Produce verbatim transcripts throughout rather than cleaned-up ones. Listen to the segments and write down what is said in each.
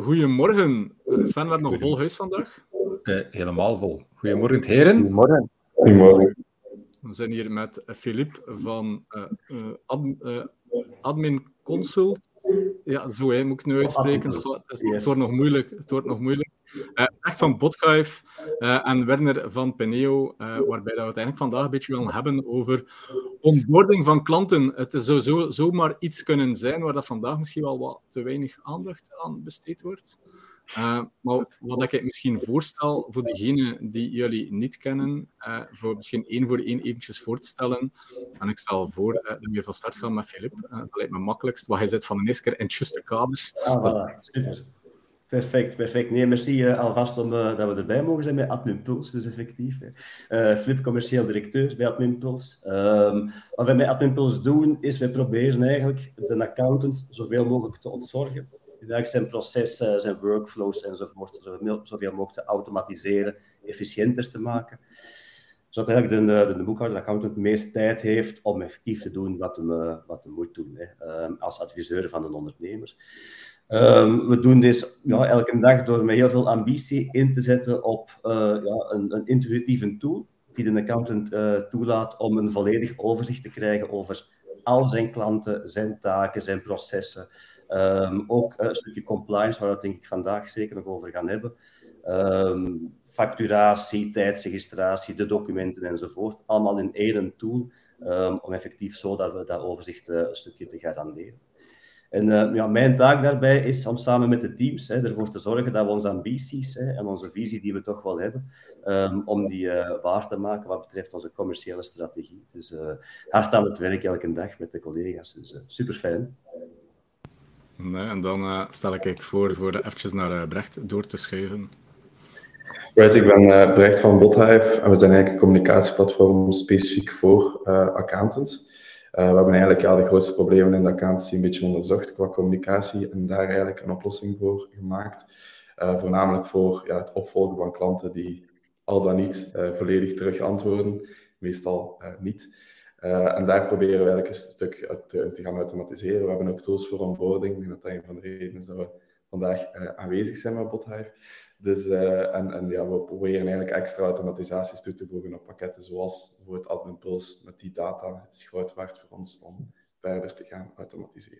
goedemorgen. Uh, Sven, we hebben nog vol huis vandaag. Uh, helemaal vol. Goedemorgen, heren. Goedemorgen. Goedemorgen. We zijn hier met Philippe van uh, uh, ad, uh, Admin Consult. Ja, zo hè, moet ik nu uitspreken. Het, is, yes. het wordt nog moeilijk. Het wordt nog moeilijk. Uh, echt van Bothive uh, en Werner van Peneo, uh, waarbij we het eigenlijk vandaag een beetje willen hebben over onboarding van klanten. Het zou zo, zomaar iets kunnen zijn waar dat vandaag misschien wel wat te weinig aandacht aan besteed wordt. Uh, maar wat ik misschien voorstel voor degenen die jullie niet kennen, uh, voor misschien één voor één eventjes voor te stellen. En ik stel voor uh, dat we weer van start gaan met Philippe. Uh, dat lijkt me makkelijkst, want hij zit van de eerste keer in het juiste kader. Ah, voilà. Super. Perfect, perfect. Nee, merci uh, alvast om, uh, dat we erbij mogen zijn bij Adminpuls, dus effectief. Uh, Flip, commercieel directeur bij Adminpuls. Um, wat wij bij Adminpuls doen, is wij proberen eigenlijk de accountant zoveel mogelijk te ontzorgen. Eigenlijk zijn processen, zijn workflows enzovoort, zoveel, zoveel mogelijk te automatiseren, efficiënter te maken. Zodat eigenlijk de, de, de boekhouder, de accountant, meer tijd heeft om effectief te doen wat hij, wat hij moet doen, hè, um, als adviseur van een ondernemer. Um, we doen dit ja, elke dag door met heel veel ambitie in te zetten op uh, ja, een, een intuïtieve tool die de accountant uh, toelaat om een volledig overzicht te krijgen over al zijn klanten, zijn taken, zijn processen. Um, ook uh, een stukje compliance, waar we het denk ik vandaag zeker nog over gaan hebben. Um, facturatie, tijdsregistratie, de documenten enzovoort. Allemaal in één tool, um, om effectief zo dat we dat overzicht uh, een stukje te garanderen. En uh, ja, mijn taak daarbij is om samen met de teams hè, ervoor te zorgen dat we onze ambities hè, en onze visie die we toch wel hebben, um, om die uh, waar te maken wat betreft onze commerciële strategie. Dus uh, hard aan het werk elke dag met de collega's. Dus uh, super fijn. Nee, en dan uh, stel ik voor, voor eventjes naar uh, Brecht door te schuiven. Right, ik ben uh, Brecht van Bothive en we zijn eigenlijk een communicatieplatform specifiek voor uh, accountants. Uh, we hebben eigenlijk ja, de grootste problemen in de accountancy een beetje onderzocht qua communicatie en daar eigenlijk een oplossing voor gemaakt. Uh, voornamelijk voor ja, het opvolgen van klanten die al dan niet uh, volledig terug antwoorden, meestal uh, niet. Uh, en daar proberen we eigenlijk een stuk te, te gaan automatiseren. We hebben ook tools voor onboarding. Ik denk dat dat een van de redenen is dat we vandaag uh, aanwezig zijn met Bothive. Dus, uh, en en ja, we proberen eigenlijk extra automatisaties toe te voegen op pakketten, zoals bijvoorbeeld Adminpuls. Met die data is groot waard voor ons om verder te gaan automatiseren.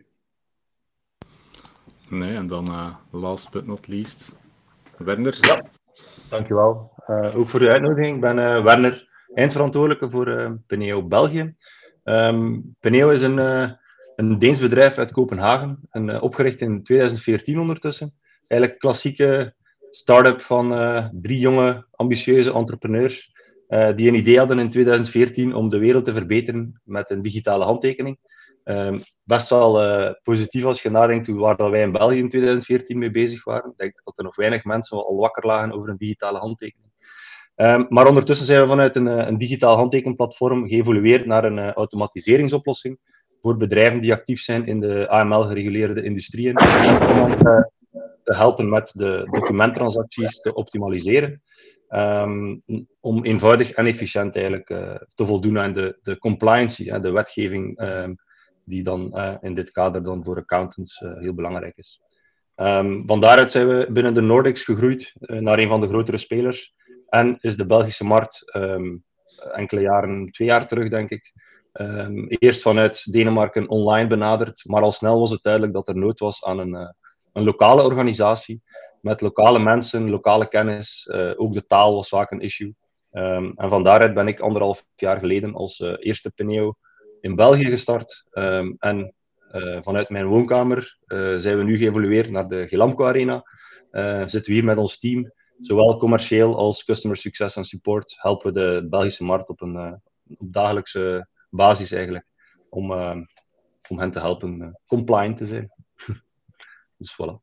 Nee, en dan uh, last but not least, Werner. Ja, dankjewel. Uh, ook voor de uitnodiging. Ik ben uh, Werner, eindverantwoordelijke voor uh, Peneo België. Um, Peneo is een, uh, een Deens bedrijf uit Kopenhagen, en, uh, opgericht in twintig veertien ondertussen. Eigenlijk klassieke start-up van uh, drie jonge, ambitieuze entrepreneurs uh, die een idee hadden in twintig veertien om de wereld te verbeteren met een digitale handtekening. Um, best wel uh, positief als je nadenkt hoe waar dat wij in België in twintig veertien mee bezig waren. Ik denk dat er nog weinig mensen al wakker lagen over een digitale handtekening. Um, maar ondertussen zijn we vanuit een, een digitaal handtekenplatform geëvolueerd naar een uh, automatiseringsoplossing voor bedrijven die actief zijn in de A M L-gereguleerde industrieën. Om uh, te helpen met de documenttransacties te optimaliseren. Um, om eenvoudig en efficiënt eigenlijk uh, te voldoen aan de, de compliance, uh, de wetgeving um, die dan uh, in dit kader dan voor accountants uh, heel belangrijk is. Um, van daaruit zijn we binnen de Nordics gegroeid uh, naar een van de grotere spelers. En is de Belgische markt um, enkele jaren, twee jaar terug denk ik, um, eerst vanuit Denemarken online benaderd. Maar al snel was het duidelijk dat er nood was aan een, uh, een lokale organisatie. Met lokale mensen, lokale kennis. Uh, ook de taal was vaak een issue. Um, en van daaruit ben ik anderhalf jaar geleden als uh, eerste Peneo in België gestart. Um, en uh, vanuit mijn woonkamer uh, zijn we nu geëvolueerd naar de Gelamco Arena. Uh, zitten we hier met ons team. Zowel commercieel als customer success en support helpen we de Belgische markt op een uh, op dagelijkse basis eigenlijk. Om, uh, om hen te helpen uh, compliant te zijn. Dus voilà.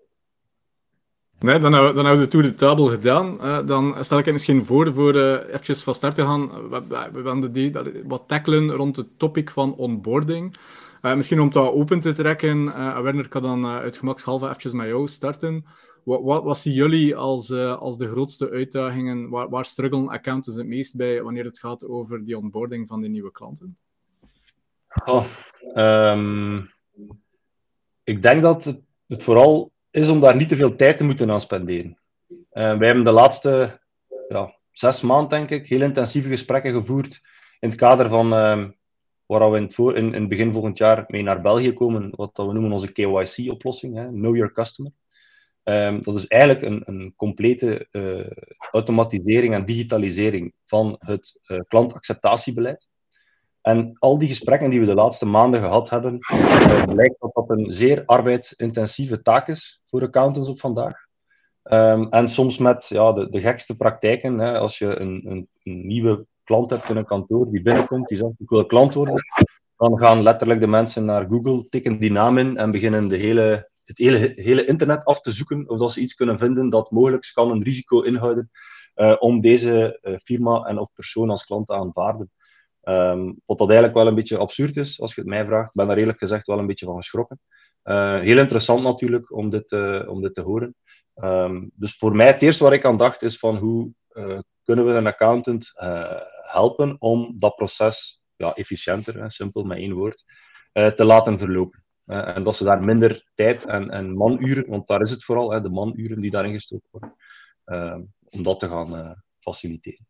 Nee, dan, dan hebben we de Tour de Table gedaan. Uh, dan stel ik het misschien voor, voor uh, eventjes van start te gaan. We, we, we gaan die, wat tackelen rond het topic van onboarding. Uh, misschien om dat open te trekken. Uh, Werner, ik kan dan uh, uit gemakshalve eventjes met jou starten. Wat, wat, wat zien jullie als, uh, als de grootste uitdagingen? Waar, waar struggelen accountants het meest bij wanneer het gaat over die onboarding van die nieuwe klanten? Oh, um, ik denk dat het, het vooral is om daar niet te veel tijd te moeten aan spenderen. Uh, wij hebben de laatste ja, zes maanden, denk ik, heel intensieve gesprekken gevoerd in het kader van uh, waar we in het, voor, in, in het begin volgend jaar mee naar België komen, wat we noemen onze K Y C-oplossing, hè, Know Your Customer. Um, dat is eigenlijk een, een complete uh, automatisering en digitalisering van het uh, klantacceptatiebeleid. En al die gesprekken die we de laatste maanden gehad hebben, uh, blijkt dat dat een zeer arbeidsintensieve taak is voor accountants op vandaag. Um, en soms met ja, de, de gekste praktijken. Hè, als je een, een, een nieuwe klant hebt in een kantoor die binnenkomt, die zegt ik wil klant worden, dan gaan letterlijk de mensen naar Google, tikken die naam in en beginnen de hele, het hele, hele internet af te zoeken of dat ze iets kunnen vinden dat mogelijk kan een risico inhouden uh, om deze uh, firma en of persoon als klant te aanvaarden. Um, wat dat eigenlijk wel een beetje absurd is, als je het mij vraagt. Ik ben daar eerlijk gezegd wel een beetje van geschrokken. Uh, heel interessant natuurlijk om dit, uh, om dit te horen. Um, dus voor mij het eerste waar ik aan dacht is van hoe uh, kunnen we een accountant uh, helpen om dat proces ja, efficiënter, hè, simpel met één woord, uh, te laten verlopen. Uh, en dat ze daar minder tijd en, en manuren, want daar is het vooral, hè, de manuren die daarin gestoken worden, uh, om dat te gaan uh, faciliteren.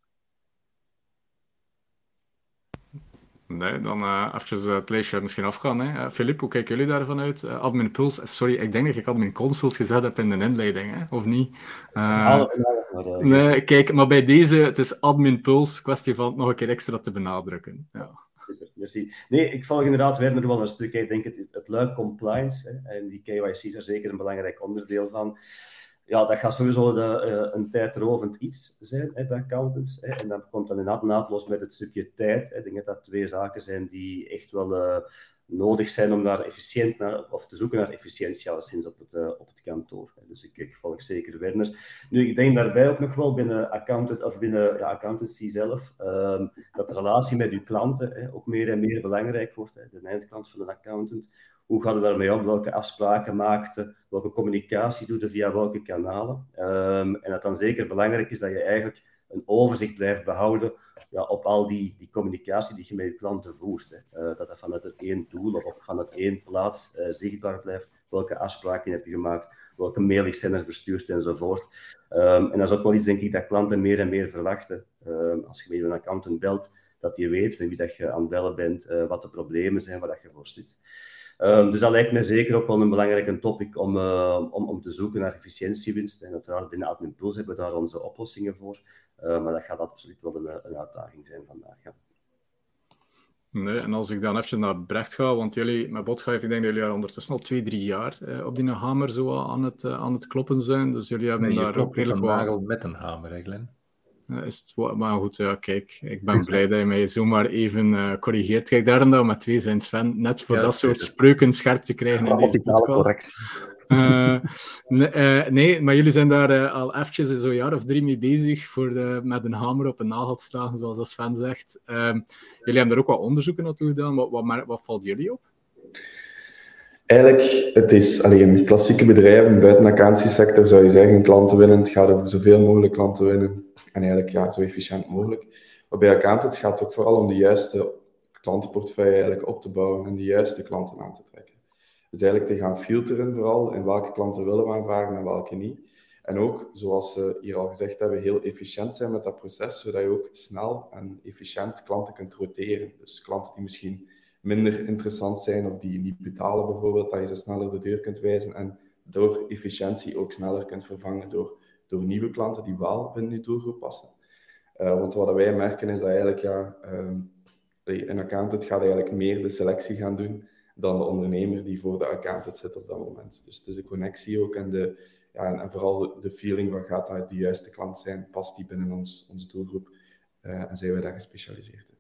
Nee, dan uh, eventjes uh, het lijstje misschien afgaan. Hè. Filip, uh, hoe kijken jullie daarvan uit? Uh, Admin Pulse, sorry, ik denk dat ik Admin Consult gezegd heb in de inleiding, hè? Of niet? Uh, nee, kijk, maar bij deze, het is Admin Pulse, kwestie van het nog een keer extra te benadrukken. Ja. Merci. Nee, ik volg inderdaad Werner wel een stuk. Ik denk het, het luik compliance, hè, en die K Y C is er zeker een belangrijk onderdeel van. Ja, dat gaat sowieso de, uh, een tijdrovend iets zijn, hè, bij accountants. Hè, en dat komt dan inderdaad naadloos met het stukje tijd. Hè. Ik denk dat dat twee zaken zijn die echt wel uh, nodig zijn om daar efficiënt naar, of te zoeken naar efficiëntie alleszins op het, uh, op het kantoor. Hè. Dus ik, ik volg zeker Werner. Nu, ik denk daarbij ook nog wel binnen accountant, of binnen ja, accountancy zelf, um, dat de relatie met uw klanten hè, ook meer en meer belangrijk wordt. Hè. De eindklant van een accountant. Hoe gaat het daarmee om? Welke afspraken maakte? Welke communicatie doe je via welke kanalen? Um, en dat dan zeker belangrijk is dat je eigenlijk een overzicht blijft behouden ja, op al die, die communicatie die je met je klanten voert. Hè. Uh, dat dat vanuit het één doel of vanuit één plaats uh, zichtbaar blijft. Welke afspraken heb je gemaakt? Welke mailings zijn er verstuurd enzovoort. Um, en dat is ook wel iets, denk ik, dat klanten meer en meer verwachten. Um, als je met een accountant belt, dat je weet met wie dat je aan het bellen bent, uh, wat de problemen zijn, waar dat je voor zit. Um, dus dat lijkt mij zeker ook wel een belangrijk topic om, uh, om, om te zoeken naar efficiëntiewinst. En uiteraard binnen Admin Pulse hebben we daar onze oplossingen voor. Uh, maar dat gaat absoluut wel een, een uitdaging zijn vandaag. Ja. Nee, en als ik dan even naar Brecht ga, want jullie, met Botgave, ik denk dat jullie al ondertussen al twee, drie jaar eh, op die hamer zo aan het, uh, aan het kloppen zijn. Dus jullie hebben nee, daar ook redelijk wat... nagel met een hamer, hè, Glenn? Uh, is het wat... Maar goed, ja, kijk, ik ben blij dat je mij zomaar even uh, corrigeert. Kijk, daarom dat we met twee zijn, Sven, net voor ja, dat soort spreuken scherp te krijgen in deze podcast. Uh, nee, uh, nee, maar jullie zijn daar uh, al eventjes zo'n jaar of drie mee bezig voor de, met een hamer op een nagel te slagen, zoals dat Sven zegt. Uh, jullie hebben er ook wat onderzoeken naartoe gedaan. Wat, wat, wat valt jullie op? Eigenlijk, het is alleen klassieke bedrijven, buiten de accountancy-sector zou je zeggen, klanten winnen. Het gaat over zoveel mogelijk klanten winnen. En eigenlijk ja, zo efficiënt mogelijk. Maar bij accountants gaat het ook vooral om de juiste klantenportefeuille eigenlijk op te bouwen en de juiste klanten aan te trekken. Dus eigenlijk te gaan filteren vooral in welke klanten willen we aanvaarden en welke niet. En ook, zoals ze hier al gezegd hebben, heel efficiënt zijn met dat proces, zodat je ook snel en efficiënt klanten kunt roteren. Dus klanten die misschien minder interessant zijn of die niet betalen bijvoorbeeld, dat je ze sneller de deur kunt wijzen en door efficiëntie ook sneller kunt vervangen door, door nieuwe klanten die wel binnen je doelgroep passen. Uh, want wat wij merken is dat eigenlijk, ja, um, een accountant gaat eigenlijk meer de selectie gaan doen dan de ondernemer die voor de accountant zit op dat moment. Dus, dus de connectie ook en, de, ja, en, en vooral de feeling, wat gaat dat de juiste klant zijn, past die binnen ons, onze doelgroep uh, en zijn wij daar gespecialiseerd in.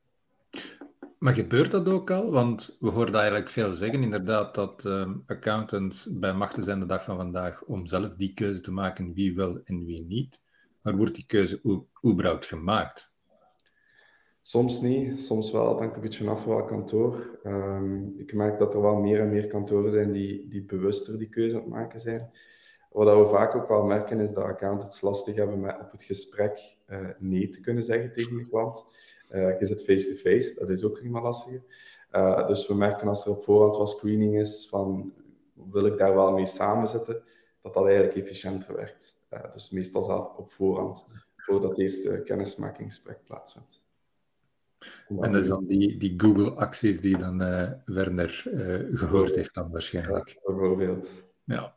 Maar gebeurt dat ook al? Want we horen eigenlijk veel zeggen, inderdaad, dat um, accountants bij machten zijn de dag van vandaag om zelf die keuze te maken wie wel en wie niet. Maar wordt die keuze überhaupt gemaakt? Soms niet, soms wel. Het hangt een beetje vanaf van welk kantoor. Um, ik merk dat er wel meer en meer kantoren zijn die, die bewuster die keuze aan het maken zijn. Wat we vaak ook wel merken is dat accountants lastig hebben met op het gesprek uh, nee te kunnen zeggen tegen de klant. Uh, je zit face-to-face, dat is ook niet meer lastig. Uh, dus we merken als er op voorhand wat screening is van wil ik daar wel mee samenzetten, dat dat eigenlijk efficiënter werkt. Uh, dus meestal zelf op voorhand, voordat het eerste kennismakingsgesprek plaatsvindt. En dat is dan die, die Google-acties die dan uh, Werner uh, gehoord heeft dan waarschijnlijk. Ja, bijvoorbeeld. Ja.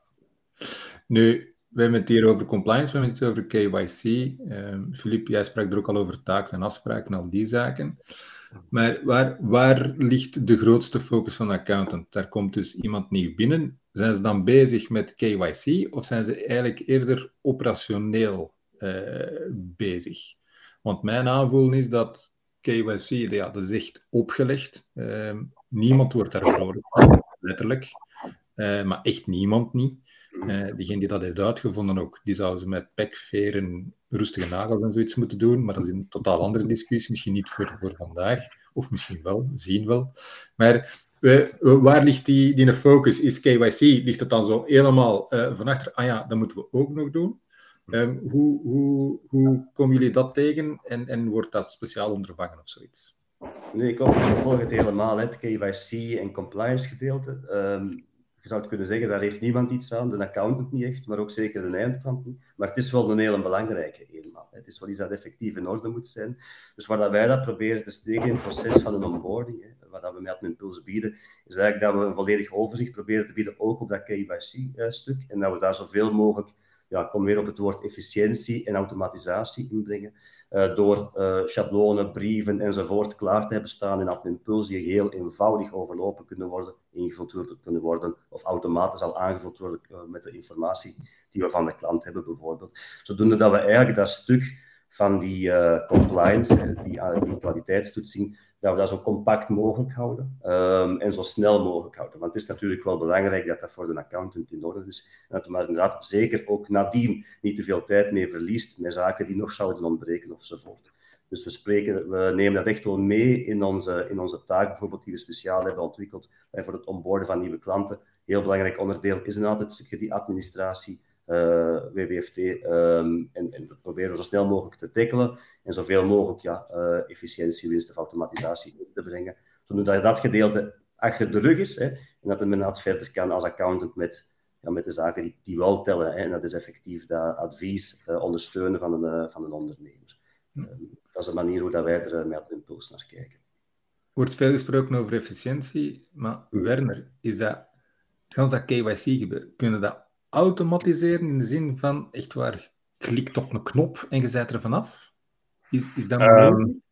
Nu, we hebben het hier over compliance, we hebben het over K Y C. Um, Philippe, jij sprak er ook al over taken en afspraken en al die zaken. Maar waar, waar ligt de grootste focus van de accountant? Daar komt dus iemand nieuw binnen. Zijn ze dan bezig met K Y C of zijn ze eigenlijk eerder operationeel uh, bezig? Want mijn aanvoelen is dat K Y C, ja, dat is echt opgelegd. Uh, niemand wordt daar vrolijk van, letterlijk. Uh, maar echt niemand niet. Uh, diegene die dat heeft uitgevonden ook, die zou ze met pek, veren, rustige nagels en zoiets moeten doen, maar dat is een totaal andere discussie, misschien niet voor, voor vandaag, of misschien wel, we zien wel. Maar uh, waar ligt die, die focus? Is K Y C, ligt het dan zo helemaal uh, van achter, ah ja, dat moeten we ook nog doen? Um, hoe, hoe, hoe komen jullie dat tegen en, en wordt dat speciaal ondervangen of zoiets? Nee, ik volg het helemaal, het K Y C en compliance gedeelte. Um, je zou het kunnen zeggen, daar heeft niemand iets aan, de accountant niet echt, maar ook zeker de eindklant niet. Maar het is wel een hele belangrijke helemaal. Het is wel iets dat effectief in orde moet zijn. Dus waar dat wij dat proberen te steken in het proces van een onboarding, hè, wat dat we met Adminpuls bieden, is eigenlijk dat we een volledig overzicht proberen te bieden, ook op dat K Y C-stuk. En dat we daar zoveel mogelijk, ja, kom weer op het woord efficiëntie en automatisatie inbrengen. Uh, door uh, schablonen, brieven enzovoort klaar te hebben staan in Adminpuls, die heel eenvoudig overlopen kunnen worden, ingevuld kunnen worden, of automatisch al aangevuld worden uh, met de informatie die we van de klant hebben, bijvoorbeeld. Zodoende dat we eigenlijk dat stuk van die uh, compliance, die, uh, die kwaliteitstoetsing, dat we dat zo compact mogelijk houden um, en zo snel mogelijk houden. Want het is natuurlijk wel belangrijk dat dat voor de accountant in orde is. En dat we maar inderdaad zeker ook nadien niet te veel tijd mee verliest met zaken die nog zouden ontbreken ofzovoort. Dus we, spreken, we nemen dat echt wel mee in onze, in onze taak, bijvoorbeeld die we speciaal hebben ontwikkeld bij voor het onboarden van nieuwe klanten. Heel belangrijk onderdeel is inderdaad het stukje die administratie. Uh, W W F T um, en, en dat proberen we zo snel mogelijk te tackelen en zoveel mogelijk ja, uh, efficiëntiewinst of automatisatie in te brengen, zodat dat gedeelte achter de rug is hè, en dat het inderdaad verder kan als accountant met, ja, met de zaken die, die wel tellen. Hè, en dat is effectief dat advies uh, ondersteunen van een, uh, van een ondernemer. Uh, dat is een manier hoe dat wij er uh, met Adminpuls naar kijken. Er wordt veel gesproken over efficiëntie, maar Werner, is dat, kan dat K Y C gebeuren? Kunnen dat automatiseren in de zin van, echt waar, klikt op een knop en je bent er vanaf? Is, is dat mogelijk? Um,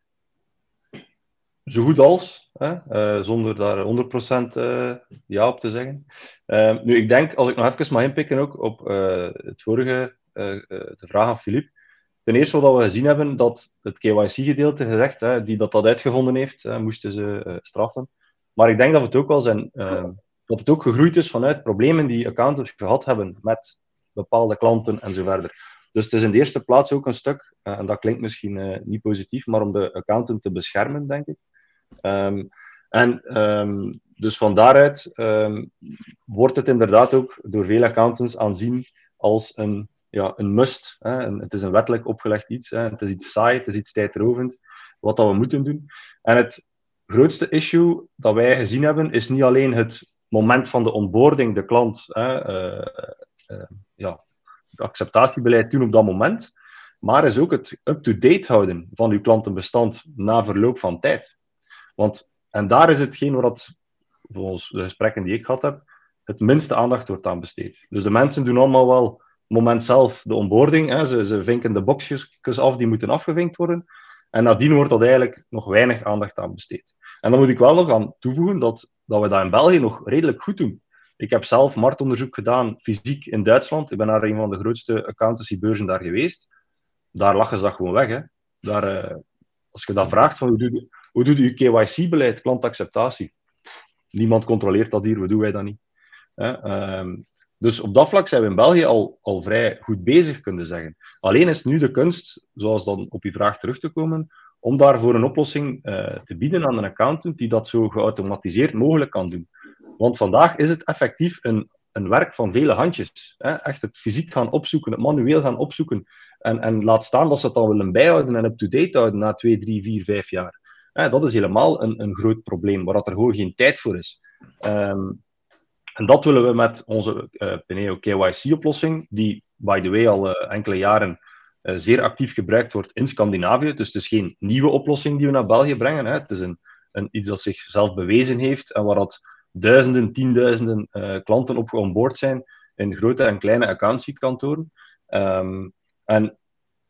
zo goed als, hè? Uh, zonder daar honderd procent uh, ja op te zeggen. Uh, nu, ik denk, als ik nog even mag inpikken ook op uh, het vorige, uh, uh, de vraag aan Philippe. Ten eerste wat we gezien hebben, dat het K Y C-gedeelte gezegd, hè, die dat, dat uitgevonden heeft, hè, moesten ze uh, straffen. Maar ik denk dat we het ook wel zijn... Uh, dat het ook gegroeid is vanuit problemen die accountants gehad hebben met bepaalde klanten en zo verder. Dus het is in de eerste plaats ook een stuk, uh, en dat klinkt misschien uh, niet positief, maar om de accountant te beschermen, denk ik. Um, en um, dus van daaruit um, wordt het inderdaad ook door veel accountants aanzien als een, ja, een must. Hè. En het is een wettelijk opgelegd iets, hè. Het is iets saai, het is iets tijdrovend, wat dat we moeten doen. En het grootste issue dat wij gezien hebben, is niet alleen het moment van de onboarding, de klant, hè, uh, uh, ja, het acceptatiebeleid doen op dat moment, maar is ook het up-to-date houden van uw klantenbestand na verloop van tijd. Want, en daar is hetgeen waar het, volgens de gesprekken die ik gehad heb, het minste aandacht wordt aan besteed. Dus de mensen doen allemaal wel op het moment zelf de onboarding, hè, ze, ze vinken de boxjes af die moeten afgevinkt worden, en nadien wordt dat eigenlijk nog weinig aandacht aan besteed. En dan moet ik wel nog aan toevoegen dat, dat we dat in België nog redelijk goed doen. Ik heb zelf marktonderzoek gedaan, fysiek in Duitsland. Ik ben naar een van de grootste accountancybeurzen daar geweest. Daar lachen ze dat gewoon weg. Hè. Daar, uh, als je dat vraagt, van, hoe doe je, hoe doe je K Y C-beleid, klantacceptatie? Niemand controleert dat hier, hoe doen wij dat niet? Hè? Um, dus op dat vlak zijn we in België al, al vrij goed bezig, kunnen zeggen. Alleen is nu de kunst, zoals dan op je vraag terug te komen, om daarvoor een oplossing uh, te bieden aan een accountant die dat zo geautomatiseerd mogelijk kan doen. Want vandaag is het effectief een, een werk van vele handjes. Hè? Echt het fysiek gaan opzoeken, het manueel gaan opzoeken. En, en laat staan dat ze het dan willen bijhouden en up-to-date houden na twee, drie, vier, vijf jaar. Hè? Dat is helemaal een, een groot probleem, waar er gewoon geen tijd voor is. Um, En dat willen we met onze uh, Peneo K Y C-oplossing, die, by the way, al uh, enkele jaren uh, zeer actief gebruikt wordt in Scandinavië. Dus het is geen nieuwe oplossing die we naar België brengen. Hè. Het is een, een, iets dat zichzelf bewezen heeft en waar dat duizenden, tienduizenden uh, klanten op onboard zijn in grote en kleine accountancykantoren. Um, en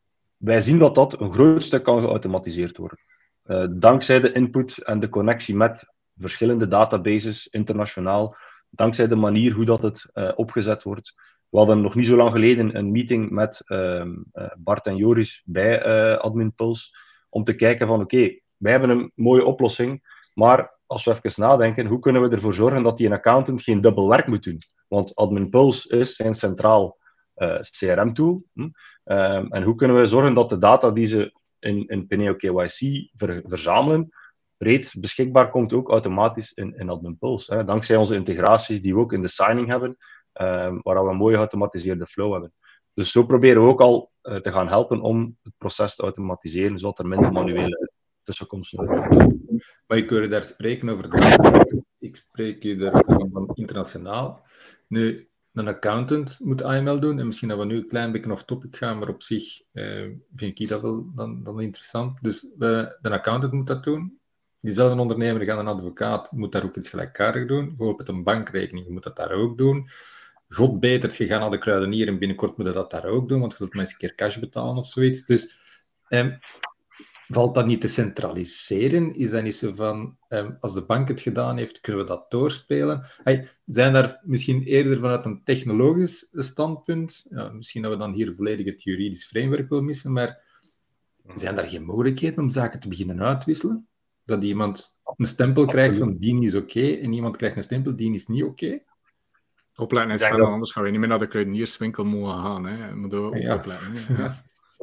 wij zien dat dat een groot stuk kan geautomatiseerd worden. Uh, dankzij de input en de connectie met verschillende databases, internationaal, dankzij de manier hoe dat het uh, opgezet wordt. We hadden nog niet zo lang geleden een meeting met uh, uh, Bart en Joris bij uh, AdminPulse, om te kijken van oké, okay, wij hebben een mooie oplossing, maar als we even nadenken, hoe kunnen we ervoor zorgen dat die een accountant geen dubbel werk moet doen? Want AdminPulse is zijn centraal uh, C R M-tool. Hm? Um, en hoe kunnen we zorgen dat de data die ze in, in Peneo K Y C ver, verzamelen, reeds beschikbaar komt ook automatisch in, in AdminPulse. Hè? Dankzij onze integraties die we ook in de signing hebben, um, waar we een mooie geautomatiseerde flow hebben. Dus zo proberen we ook al uh, te gaan helpen om het proces te automatiseren, zodat er minder manuele tussenkomst nodig is. Maar ik hoor je daar spreken over de... Ik spreek je daar van, van internationaal. Nu, een accountant moet A M L doen, en misschien dat we nu een klein beetje off-topic gaan, maar op zich uh, vind ik dat wel dan, dan interessant. Dus uh, de accountant moet dat doen. Diezelfde ondernemer gaat een advocaat, moet daar ook iets gelijkaardigs doen. Bijvoorbeeld een bankrekening, je moet dat daar ook doen. God betert, je gaat naar de kruidenier en binnenkort moet je dat daar ook doen, want je wilt mensen een keer cash betalen of zoiets. Dus um, valt dat niet te centraliseren? Is dat niet zo van, um, als de bank het gedaan heeft, kunnen we dat doorspelen? Hey, zijn daar misschien eerder vanuit een technologisch standpunt, ja, misschien dat we dan hier volledig het juridisch framework willen missen, maar zijn daar geen mogelijkheden om zaken te beginnen uitwisselen? Dat iemand een stempel krijgt van die is oké, okay, en iemand krijgt een stempel die is niet oké? Okay? Opletten is verder, anders gaan we niet meer naar de kruidenierswinkel mogen gaan. Hè. Moet ook ja. opletten. Hè. Ja.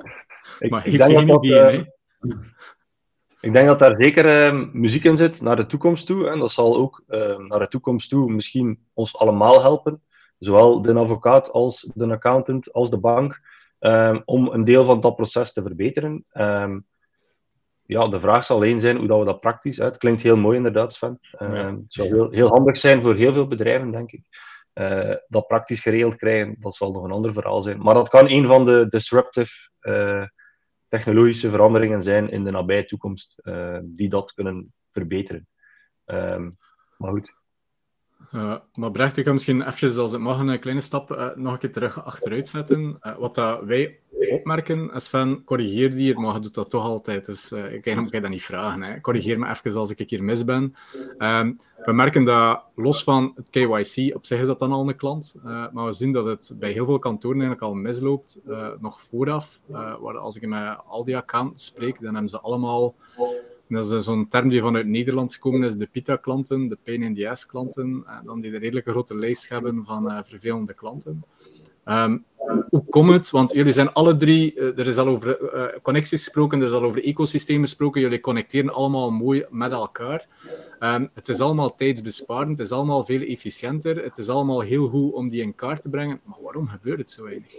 ik, maar ik heeft geen dat, idee, uh, Ik denk dat daar zeker uh, muziek in zit naar de toekomst toe. En dat zal ook uh, naar de toekomst toe misschien ons allemaal helpen. Zowel de advocaat als de accountant als de bank. Um, om een deel van dat proces te verbeteren. Um, ja, de vraag zal alleen zijn hoe dat we dat praktisch... Hè. Het klinkt heel mooi inderdaad, Sven. Um, ja. Het zou heel, heel handig zijn voor heel veel bedrijven, denk ik. Uh, dat praktisch geregeld krijgen, dat zal nog een ander verhaal zijn. Maar dat kan een van de disruptive uh, technologische veranderingen zijn in de nabije toekomst, uh, die dat kunnen verbeteren. Um, maar goed. Uh, maar Brecht, ik kan misschien even, als het mag, een kleine stap uh, nog een keer terug achteruit zetten. Uh, wat dat wij opmerken, en Sven, corrigeer die hier, maar je doet dat toch altijd, dus uh, ik kan je dat niet vragen. Hè. Corrigeer me even als ik hier mis ben. Um, we merken dat, los van het K Y C, op zich is dat dan al een klant, uh, maar we zien dat het bij heel veel kantoren eigenlijk al misloopt, uh, nog vooraf. Uh, waar, als ik met al die accountants spreek, dan hebben ze allemaal... Dat is zo'n term die vanuit Nederland gekomen is, de PITA-klanten, de Pain in the Ass-klanten, en dan die een redelijk grote lijst hebben van uh, vervelende klanten. Um, hoe komt het? Want jullie zijn alle drie, uh, er is al over uh, connecties gesproken, er is al over ecosystemen gesproken, jullie connecteren allemaal mooi met elkaar. Um, het is allemaal tijdsbesparend, het is allemaal veel efficiënter, het is allemaal heel goed om die in kaart te brengen, maar waarom gebeurt het zo weinig?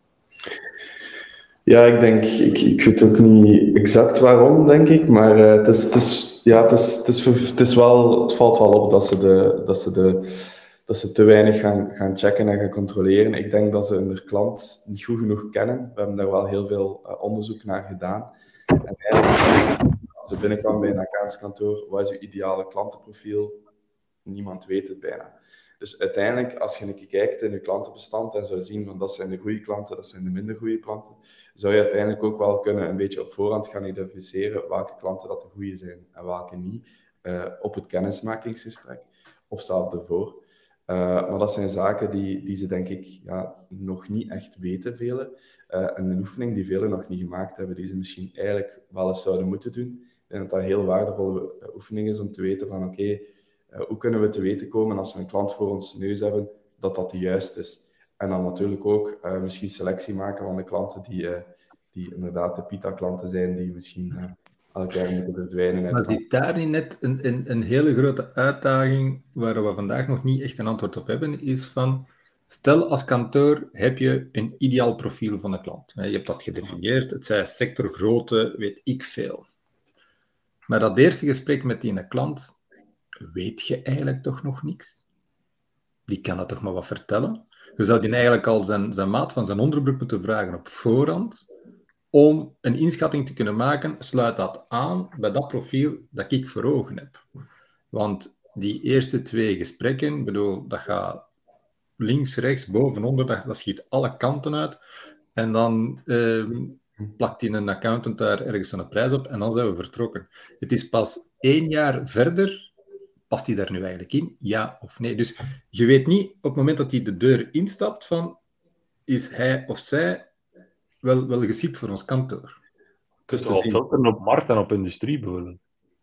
Ja, ik denk, ik, ik weet ook niet exact waarom, denk ik, maar uh, het, is, het, is, ja, het, is, het, is, het, is wel, het valt wel op dat ze, de, dat, ze de, dat ze te weinig gaan, gaan checken en gaan controleren. Ik denk dat ze hun klant niet goed genoeg kennen. We hebben daar wel heel veel uh, onderzoek naar gedaan. En eigenlijk, als je binnenkwam bij een accountantskantoor, wat is je ideale klantenprofiel? Niemand weet het bijna. Dus uiteindelijk, als je een keer kijkt in je klantenbestand en zou zien van dat zijn de goede klanten, dat zijn de minder goede klanten, zou je uiteindelijk ook wel kunnen een beetje op voorhand gaan identificeren welke klanten dat de goede zijn en welke niet, uh, op het kennismakingsgesprek of zelfs ervoor. Uh, maar dat zijn zaken die, die ze denk ik ja, nog niet echt weten, velen. Uh, en een oefening die velen nog niet gemaakt hebben, die ze misschien eigenlijk wel eens zouden moeten doen. Ik denk dat dat een heel waardevolle oefening is om te weten van oké, okay, Uh, hoe kunnen we te weten komen als we een klant voor ons neus hebben, dat dat de juiste is. En dan natuurlijk ook uh, misschien selectie maken van de klanten die, uh, die inderdaad de PITA-klanten zijn, die misschien uh, elk jaar moeten verdwijnen. Maar zit daar niet net een, een, een hele grote uitdaging waar we vandaag nog niet echt een antwoord op hebben, is van, stel als kantoor heb je een ideaal profiel van de klant. Je hebt dat gedefinieerd, het zij sector, grootte, weet ik veel. Maar dat eerste gesprek met die klant, weet je eigenlijk toch nog niks? die kan dat toch maar wat vertellen. Je zou die eigenlijk al zijn, zijn maat van zijn onderbroek moeten vragen op voorhand, om een inschatting te kunnen maken, sluit dat aan bij dat profiel dat ik voor ogen heb. Want die eerste twee gesprekken, bedoel, dat gaat links, rechts, boven, onder, dat, dat schiet alle kanten uit. En dan eh, plakt hij een accountant daar ergens een prijs op en dan zijn we vertrokken. Het is pas één jaar verder, past hij daar nu eigenlijk in? Ja of nee? Dus je weet niet, op het moment dat hij de deur instapt, van, is hij of zij wel, wel geschikt voor ons kantoor? Het is toch filteren op markt en op industrie, bijvoorbeeld.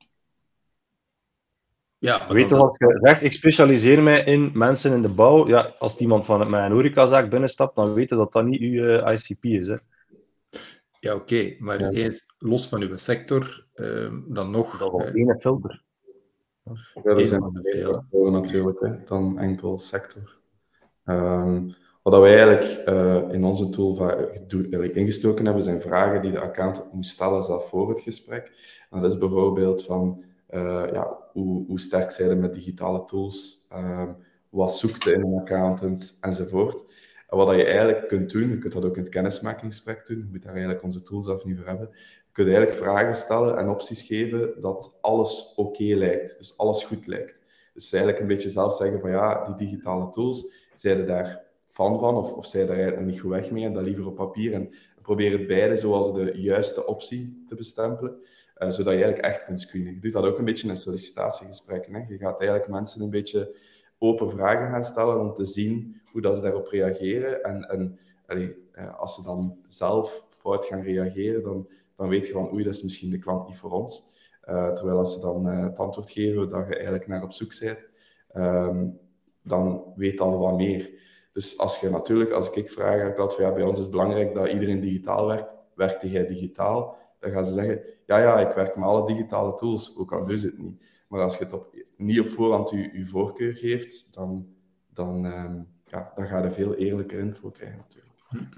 Ja, maar weet je, als je zegt, ik specialiseer mij in mensen in de bouw, ja, als iemand van mijn horecazaak binnenstapt, dan weet je dat dat niet uw uh, I C P is. Hè. Ja, oké, okay, maar ja. eens los van uw sector, uh, dan nog... Dat is al uh, één filter. Ja, er zijn meer factoren natuurlijk, hè, dan enkel sector. Um, wat wij eigenlijk uh, in onze tool ingestoken hebben, zijn vragen die de accountant moet stellen zelf voor het gesprek. En dat is bijvoorbeeld van... Uh, ja, hoe, hoe sterk zijn er met digitale tools, um, wat zoekt je in een accountant, enzovoort. En wat je eigenlijk kunt doen, je kunt dat ook in het kennismakingsgesprek doen, je moet daar eigenlijk onze tools zelf niet voor hebben, je kunt eigenlijk vragen stellen en opties geven dat alles oké okay lijkt, dus alles goed lijkt. Dus eigenlijk een beetje zelf zeggen van ja, die digitale tools, zijn er daar fan van, of, of zijn er eigenlijk nog niet goed weg mee, en dat liever op papier, en probeer het beide zoals de juiste optie te bestempelen. Uh, zodat je eigenlijk echt kunt screenen. Je doet dat ook een beetje in sollicitatiegesprekken. Hè. Je gaat eigenlijk mensen een beetje open vragen gaan stellen om te zien hoe dat ze daarop reageren. En, en allee, uh, als ze dan zelf fout gaan reageren, dan, dan weet je van oei, dat is misschien de klant niet voor ons. Uh, terwijl als ze dan uh, het antwoord geven dat je eigenlijk naar op zoek bent, um, dan weet al wat meer. Dus als je natuurlijk, als ik vraag aan klant van ja, bij ons is het belangrijk dat iedereen digitaal werkt, werkte jij digitaal? Dan gaan ze zeggen, ja, ja, ik werk met alle digitale tools, ook al dus het niet. Maar als je het op, niet op voorhand je, je voorkeur geeft, dan, dan, um, ja, dan ga je veel eerlijker info krijgen natuurlijk.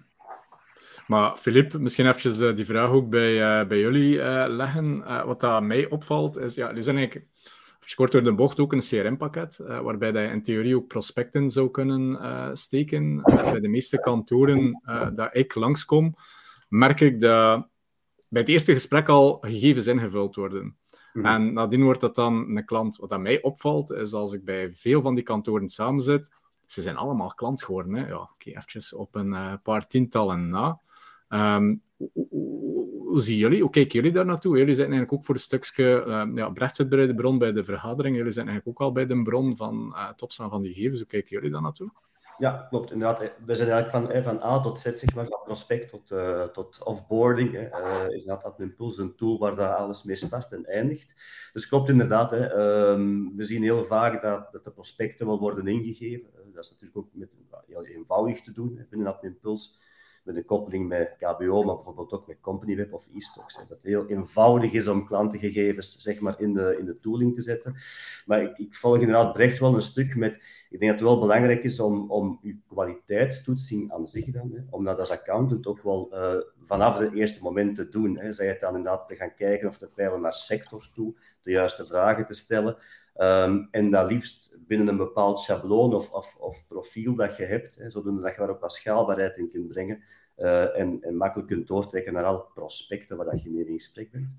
Maar Filip, misschien eventjes uh, die vraag ook bij, uh, bij jullie uh, leggen. Uh, wat dat mij opvalt, is, ja, jullie zijn eigenlijk, even kort door de bocht, ook een C R M-pakket, uh, waarbij dat je in theorie ook prospecten zou kunnen uh, steken. Uh, bij de meeste kantoren uh, dat ik langskom, merk ik dat bij het eerste gesprek al gegevens ingevuld worden. Mm-hmm. En nadien wordt dat dan een klant. Wat aan mij opvalt, is als ik bij veel van die kantoren samen zit, ze zijn allemaal klant geworden. Hè? Ja, oké, okay, eventjes op een uh, paar tientallen na. Um, hoe, hoe, hoe zien jullie? Hoe kijken jullie daar naartoe? Jullie zijn eigenlijk ook voor een stukje... Uh, ja, Brecht zit bij de bron bij de vergadering. Jullie zijn eigenlijk ook al bij de bron van uh, het opslaan van die gegevens. Hoe kijken jullie daar naartoe? Ja, klopt. Inderdaad. We zijn eigenlijk van, van A tot Z, zeg maar, van prospect tot, uh, tot offboarding. Hè. Uh, is dat Adminpuls een tool waar dat alles mee start en eindigt. Dus klopt inderdaad. Hè. Um, we zien heel vaak dat, dat de prospecten wel worden ingegeven. Uh, dat is natuurlijk ook met, uh, heel eenvoudig te doen hè, binnen Adminpuls. Met een koppeling met K B O, maar bijvoorbeeld ook met CompanyWeb of e-stocks. Hè. Dat het heel eenvoudig is om klantengegevens zeg maar, in, de, in de tooling te zetten. Maar ik, ik volg inderdaad Brecht wel een stuk met... Ik denk dat het wel belangrijk is om, om je kwaliteitstoetsing aan zich dan, hè, om dat als accountant ook wel uh, vanaf het eerste moment te doen. Hè. Zij het dan inderdaad te gaan kijken of te peilen naar sector toe, de juiste vragen te stellen. Um, en dat liefst binnen een bepaald schabloon of, of, of profiel dat je hebt, hè, zodat je daar ook wat schaalbaarheid in kunt brengen uh, en, en makkelijk kunt doortrekken naar alle prospecten waar dat je mee in gesprek bent.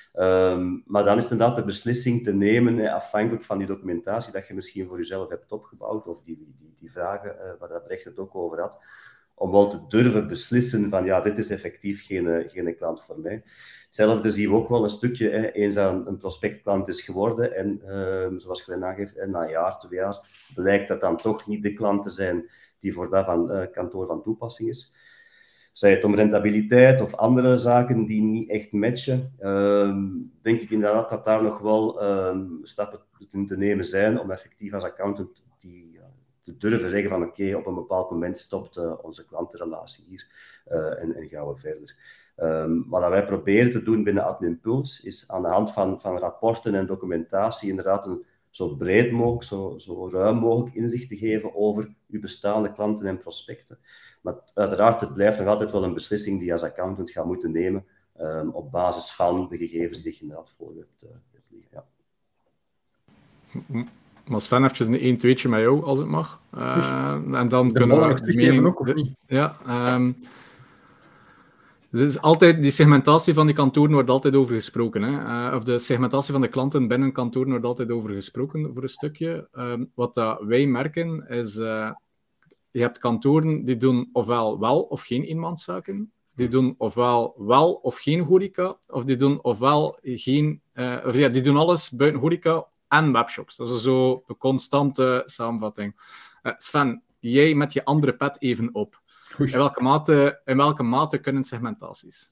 Um, maar dan is het inderdaad de beslissing te nemen, hè, afhankelijk van die documentatie dat je misschien voor jezelf hebt opgebouwd, of die, die, die vragen uh, waar dat Brecht het ook over had, om wel te durven beslissen van ja, dit is effectief geen, geen klant voor mij. Hetzelfde zien we ook wel een stukje, hè, eens dat een prospectklant is geworden en uh, zoals je aangeeft, hè, na een jaar, twee jaar, blijkt dat dan toch niet de klant te zijn die voor dat van, uh, kantoor van toepassing is. Zij het om rentabiliteit of andere zaken die niet echt matchen, uh, denk ik inderdaad dat daar nog wel uh, stappen in te nemen zijn om effectief als accountant die uh, te durven zeggen van oké, okay, op een bepaald moment stopt uh, onze klantenrelatie hier uh, en, en gaan we verder. Um, wat wij proberen te doen binnen Adminpuls is aan de hand van, van rapporten en documentatie inderdaad een zo breed mogelijk, zo, zo ruim mogelijk inzicht te geven over uw bestaande klanten en prospecten. Maar uiteraard, het blijft nog altijd wel een beslissing die je als accountant gaat moeten nemen um, op basis van de gegevens die je inderdaad voor je hebt, uh, hebt liggen. Ja. Maar Sven, eventjes een één tweetje met jou, als het mag. Uh, en dan de kunnen we de mening... ook, of de, niet? Ja, um, dus altijd, die segmentatie van die kantoren wordt altijd over gesproken. Hè? Uh, of de segmentatie van de klanten binnen kantoren wordt altijd over gesproken, voor een stukje. Um, wat dat wij merken, is... Uh, je hebt kantoren die doen ofwel wel of geen eenmanszaken. Die doen ofwel wel of geen horeca. Of die doen ofwel geen... Uh, of ja, die doen alles buiten horeca en webshops. Dat is zo de constante samenvatting. Uh, Sven, jij met je andere pet even op. In welke, mate, in welke mate kunnen segmentaties?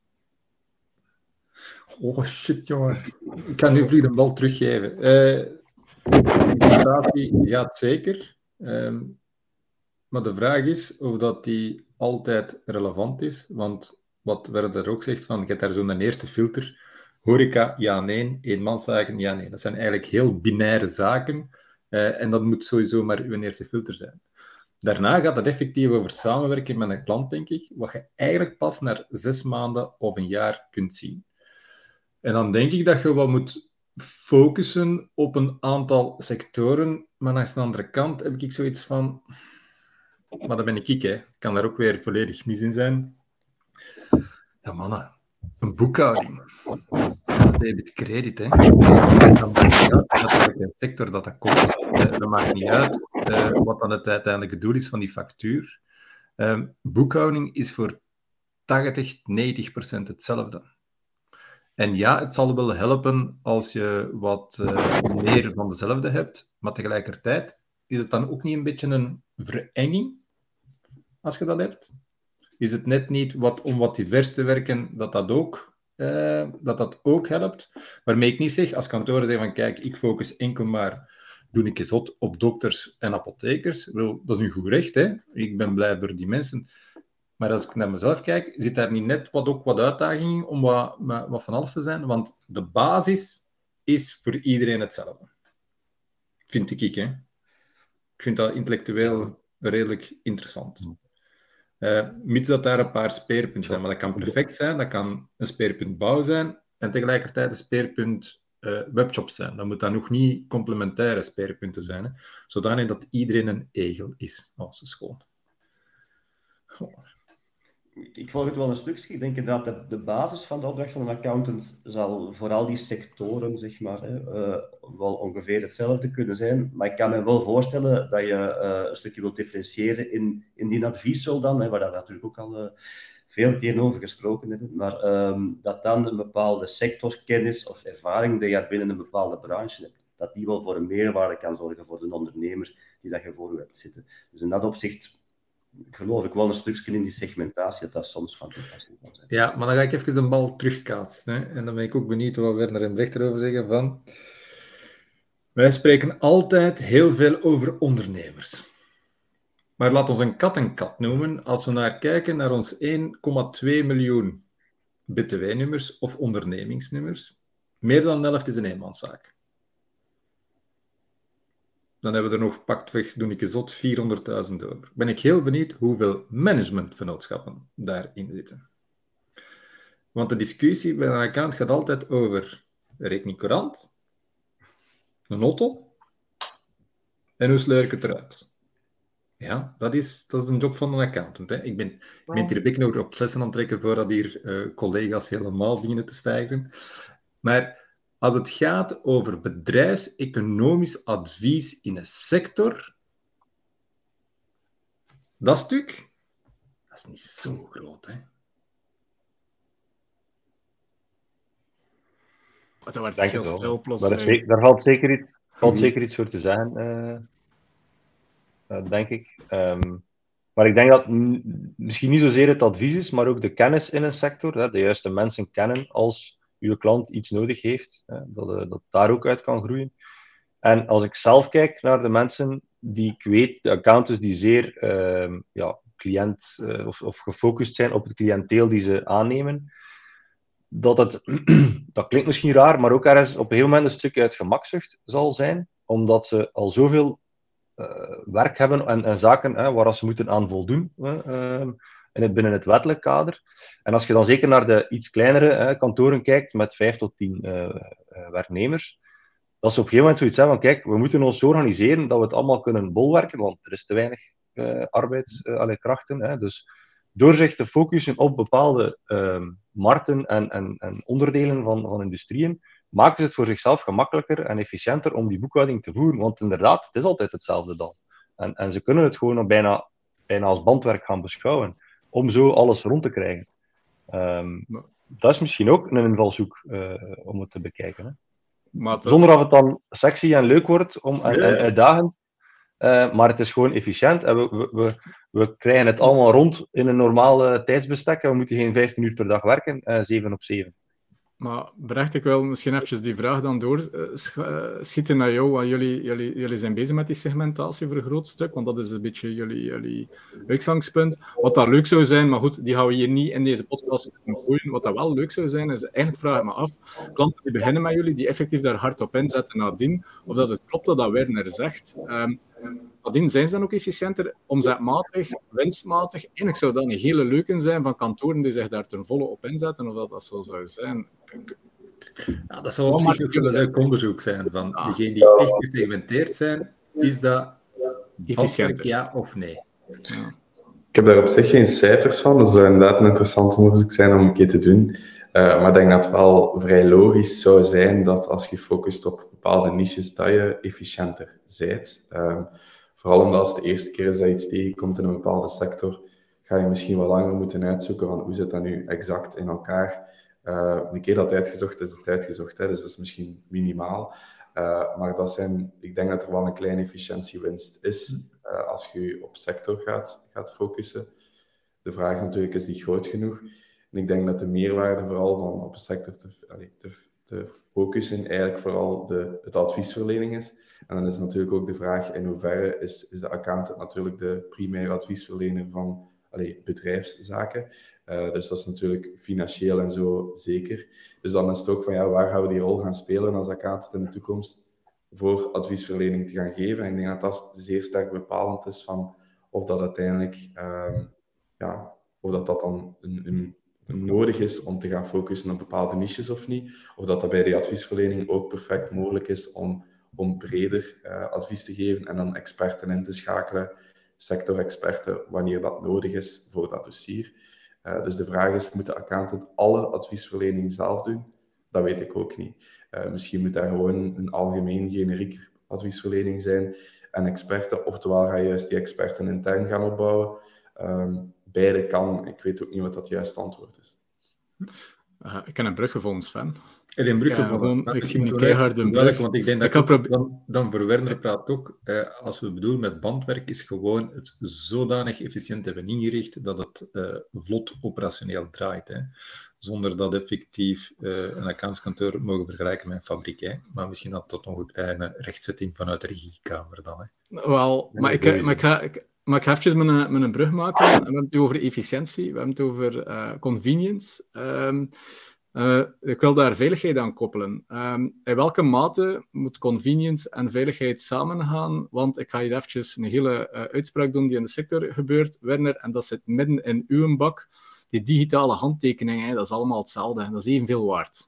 Oh shit, jongen. Ik ga nu vlug de bal teruggeven. Uh, segmentatie gaat zeker. Um, maar de vraag is of dat die altijd relevant is. Want wat Werder ook zegt, van, je hebt daar zo'n eerste filter. Horeca, ja, nee. Eenmanszaken, ja, nee. Dat zijn eigenlijk heel binaire zaken. Uh, en dat moet sowieso maar uw eerste filter zijn. Daarna gaat het effectief over samenwerken met een klant, denk ik, wat je eigenlijk pas na zes maanden of een jaar kunt zien. En dan denk ik dat je wat moet focussen op een aantal sectoren, maar aan de andere kant heb ik zoiets van... Maar dat ben ik ik, hè. Ik kan daar ook weer volledig mis in zijn. Ja, mannen. Een boekhouding. Dat is debit credit, hè. Dat maakt niet uit uit welke sector dat, dat komt. Dat maakt niet uit uh, wat dan het uiteindelijke doel is van die factuur. Uh, boekhouding is voor tachtig, negentig procent hetzelfde. En ja, het zal wel helpen als je wat uh, meer van dezelfde hebt, maar tegelijkertijd is het dan ook niet een beetje een verenging als je dat hebt? Is het net niet wat, om wat divers te werken, dat dat ook... Uh, dat dat ook helpt. Waarmee ik niet zeg, als kantoren zeggen van kijk, ik focus enkel maar, doe ik eens zot op dokters en apothekers. Wel, dat is nu goed recht, hè. Ik ben blij voor die mensen. Maar als ik naar mezelf kijk, zit daar niet net wat, ook wat uitdaging om wat, wat van alles te zijn? Want de basis is voor iedereen hetzelfde. Vind ik, hè. Ik vind dat intellectueel redelijk interessant. Uh, mits dat daar een paar speerpunten zijn. Maar dat kan perfect zijn, dat kan een speerpunt bouw zijn en tegelijkertijd een speerpunt uh, webshop zijn. Dat moet dan nog niet complementaire speerpunten zijn, hè, zodanig dat iedereen een egel is als een school. Oh. Ik volg het wel een stukje. Ik denk inderdaad dat de basis van de opdracht van een accountant zal voor al die sectoren, zeg maar, hè, uh, wel ongeveer hetzelfde kunnen zijn. Maar ik kan me wel voorstellen dat je uh, een stukje wilt differentiëren in, in die adviesrol dan, hè, waar we natuurlijk ook al uh, veel keer over gesproken hebben. Maar um, dat dan een bepaalde sectorkennis of ervaring die je binnen een bepaalde branche hebt, dat die wel voor een meerwaarde kan zorgen voor de ondernemer die dat je voor je hebt zitten. Dus in dat opzicht geloof ik wel een stukje in die segmentatie dat dat soms van toepassing kan zijn. Ja, maar dan ga ik even de bal terugkaatsen. Hè? En dan ben ik ook benieuwd wat Werner en Brecht erover zeggen van... Wij spreken altijd heel veel over ondernemers. Maar laat ons een kat een kat noemen als we naar kijken naar ons één komma twee miljoen B T W-nummers of ondernemingsnummers. Meer dan de helft is een eenmanszaak. Dan hebben we er nog paktweg, doe ik eens zot, vierhonderdduizend over. Ben ik heel benieuwd hoeveel managementvennootschappen daarin zitten. Want de discussie bij een account gaat altijd over een rekening courant, een auto en hoe sleur ik het eruit. Ja, dat is, dat is een job van een accountant. Hè. Ik ben, ik ben hier een beetje over op flessen aan het trekken voordat hier uh, collega's helemaal beginnen te stijgen. Maar... Als het gaat over bedrijfseconomisch advies in een sector, dat stuk, dat is niet zo groot, hè? Dat wordt Denk heel het stil, wel. Daar, is, daar valt, zeker iets, valt mm-hmm. zeker iets voor te zeggen, uh, uh, denk ik. Um, maar ik denk dat m- misschien niet zozeer het advies is, maar ook de kennis in een sector, hè, de juiste mensen kennen als uw klant iets nodig heeft, hè, dat, uh, dat daar ook uit kan groeien. En als ik zelf kijk naar de mensen die ik weet, de accountants die zeer uh, ja, cliënt uh, of, of gefocust zijn op het cliënteel die ze aannemen, dat het, dat klinkt misschien raar, maar ook ergens op een heel moment een stukje uit gemakzucht zal zijn, omdat ze al zoveel uh, werk hebben en, en zaken hè, waar ze moeten aan voldoen uh, in het, binnen het wettelijk kader. En als je dan zeker naar de iets kleinere hè, kantoren kijkt met vijf tot tien uh, uh, werknemers, dat ze op een gegeven moment zoiets hebben van, kijk, we moeten ons zo organiseren dat we het allemaal kunnen bolwerken, want er is te weinig uh, arbeidskrachten. Uh, dus door zich te focussen op bepaalde uh, markten en, en, en onderdelen van, van industrieën, maken ze het voor zichzelf gemakkelijker en efficiënter om die boekhouding te voeren. Want inderdaad, het is altijd hetzelfde dan. En, en ze kunnen het gewoon bijna, bijna als bandwerk gaan beschouwen, om zo alles rond te krijgen. Um, dat is misschien ook een invalshoek uh, om het te bekijken. Hè? Maar te... Zonder dat het dan sexy en leuk wordt om, en, en uitdagend, uh, maar het is gewoon efficiënt en we, we, we, we krijgen het allemaal rond in een normaal uh, tijdsbestek en we moeten geen vijftien uur per dag werken, uh, zeven op zeven. Maar berecht ik wel misschien eventjes die vraag dan door uh, sch- uh, schieten naar jou, want jullie, jullie, jullie zijn bezig met die segmentatie voor een groot stuk, want dat is een beetje jullie, jullie uitgangspunt. Wat dat leuk zou zijn, maar goed, die gaan we hier niet in deze podcast kunnen gooien. Wat dat wel leuk zou zijn, is eigenlijk vraag ik me af, klanten die beginnen met jullie, die effectief daar hard op inzetten nadien, of dat het klopt dat Werner zegt. Um, Nadien zijn ze dan ook efficiënter, omzetmatig, winstmatig. Eigenlijk zou dat een hele leuke zijn van kantoren die zich daar ten volle op inzetten, of dat dat zo zou zijn. Ja, dat zou op zich ook een leuk onderzoek zijn. Van ja. Degenen die echt gesegmenteerd zijn, is dat efficiënter, ja of nee? Ja. Ik heb daar op zich geen cijfers van, dat zou inderdaad een interessant onderzoek zijn om een keer te doen. Uh, maar ik denk dat het wel vrij logisch zou zijn dat als je focust op bepaalde niches, dat je efficiënter bent. Uh, vooral omdat als het de eerste keer is dat je iets tegenkomt in een bepaalde sector, ga je misschien wel langer moeten uitzoeken van hoe zit dat nu exact in elkaar. Uh, een keer dat het uitgezocht is, is het uitgezocht, hè, dus dat is misschien minimaal. Uh, maar dat zijn, ik denk dat er wel een kleine efficiëntiewinst is uh, als je je op sector gaat, gaat focussen. De vraag natuurlijk, is die groot genoeg? En ik denk dat de meerwaarde vooral van op een sector te, te, te focussen eigenlijk vooral de, het adviesverlening is. En dan is natuurlijk ook de vraag in hoeverre is, is de accountant natuurlijk de primaire adviesverlener van allee, bedrijfszaken. Uh, dus dat is natuurlijk financieel en zo zeker. Dus dan is het ook van ja, waar gaan we die rol gaan spelen als accountant in de toekomst voor adviesverlening te gaan geven. En ik denk dat dat zeer sterk bepalend is van of dat uiteindelijk um, ja, of dat, dat dan een, een nodig is om te gaan focussen op bepaalde niches of niet. Of dat dat bij die adviesverlening ook perfect mogelijk is om, om breder uh, advies te geven en dan experten in te schakelen, sectorexperten, wanneer dat nodig is voor dat dossier. Uh, dus de vraag is, moet de accountant alle adviesverlening zelf doen? Dat weet ik ook niet. Uh, misschien moet daar gewoon een algemeen generiek adviesverlening zijn en experten, oftewel ga je juist die experten intern gaan opbouwen. Um, Beide kan. Ik weet ook niet wat dat juiste antwoord is. Uh, ik heb een brug gevonden, Sven. En een brug gevonden. Ja, ik zie niet keihard een brug. Want ik denk dat ik probeer... dan, dan voor Werner praat ook, uh, als we bedoelen met bandwerk, is gewoon het zodanig efficiënt hebben ingericht dat het uh, vlot operationeel draait. Hè. Zonder dat effectief uh, een accountskantoor mogen vergelijken met een fabriek. Hè. Maar misschien dan tot nog een kleine rechtzetting vanuit de regiekamer dan. Hè. Wel, maar ik, maar ik ga... Ik... Maar ik ga even met een, met een brug maken. We hebben het over efficiëntie, we hebben het over uh, convenience. Um, uh, ik wil daar veiligheid aan koppelen. Um, in welke mate moet convenience en veiligheid samengaan? Want ik ga hier eventjes een hele uh, uitspraak doen die in de sector gebeurt, Werner, en dat zit midden in uw bak. Die digitale handtekeningen, dat is allemaal hetzelfde en dat is evenveel waard.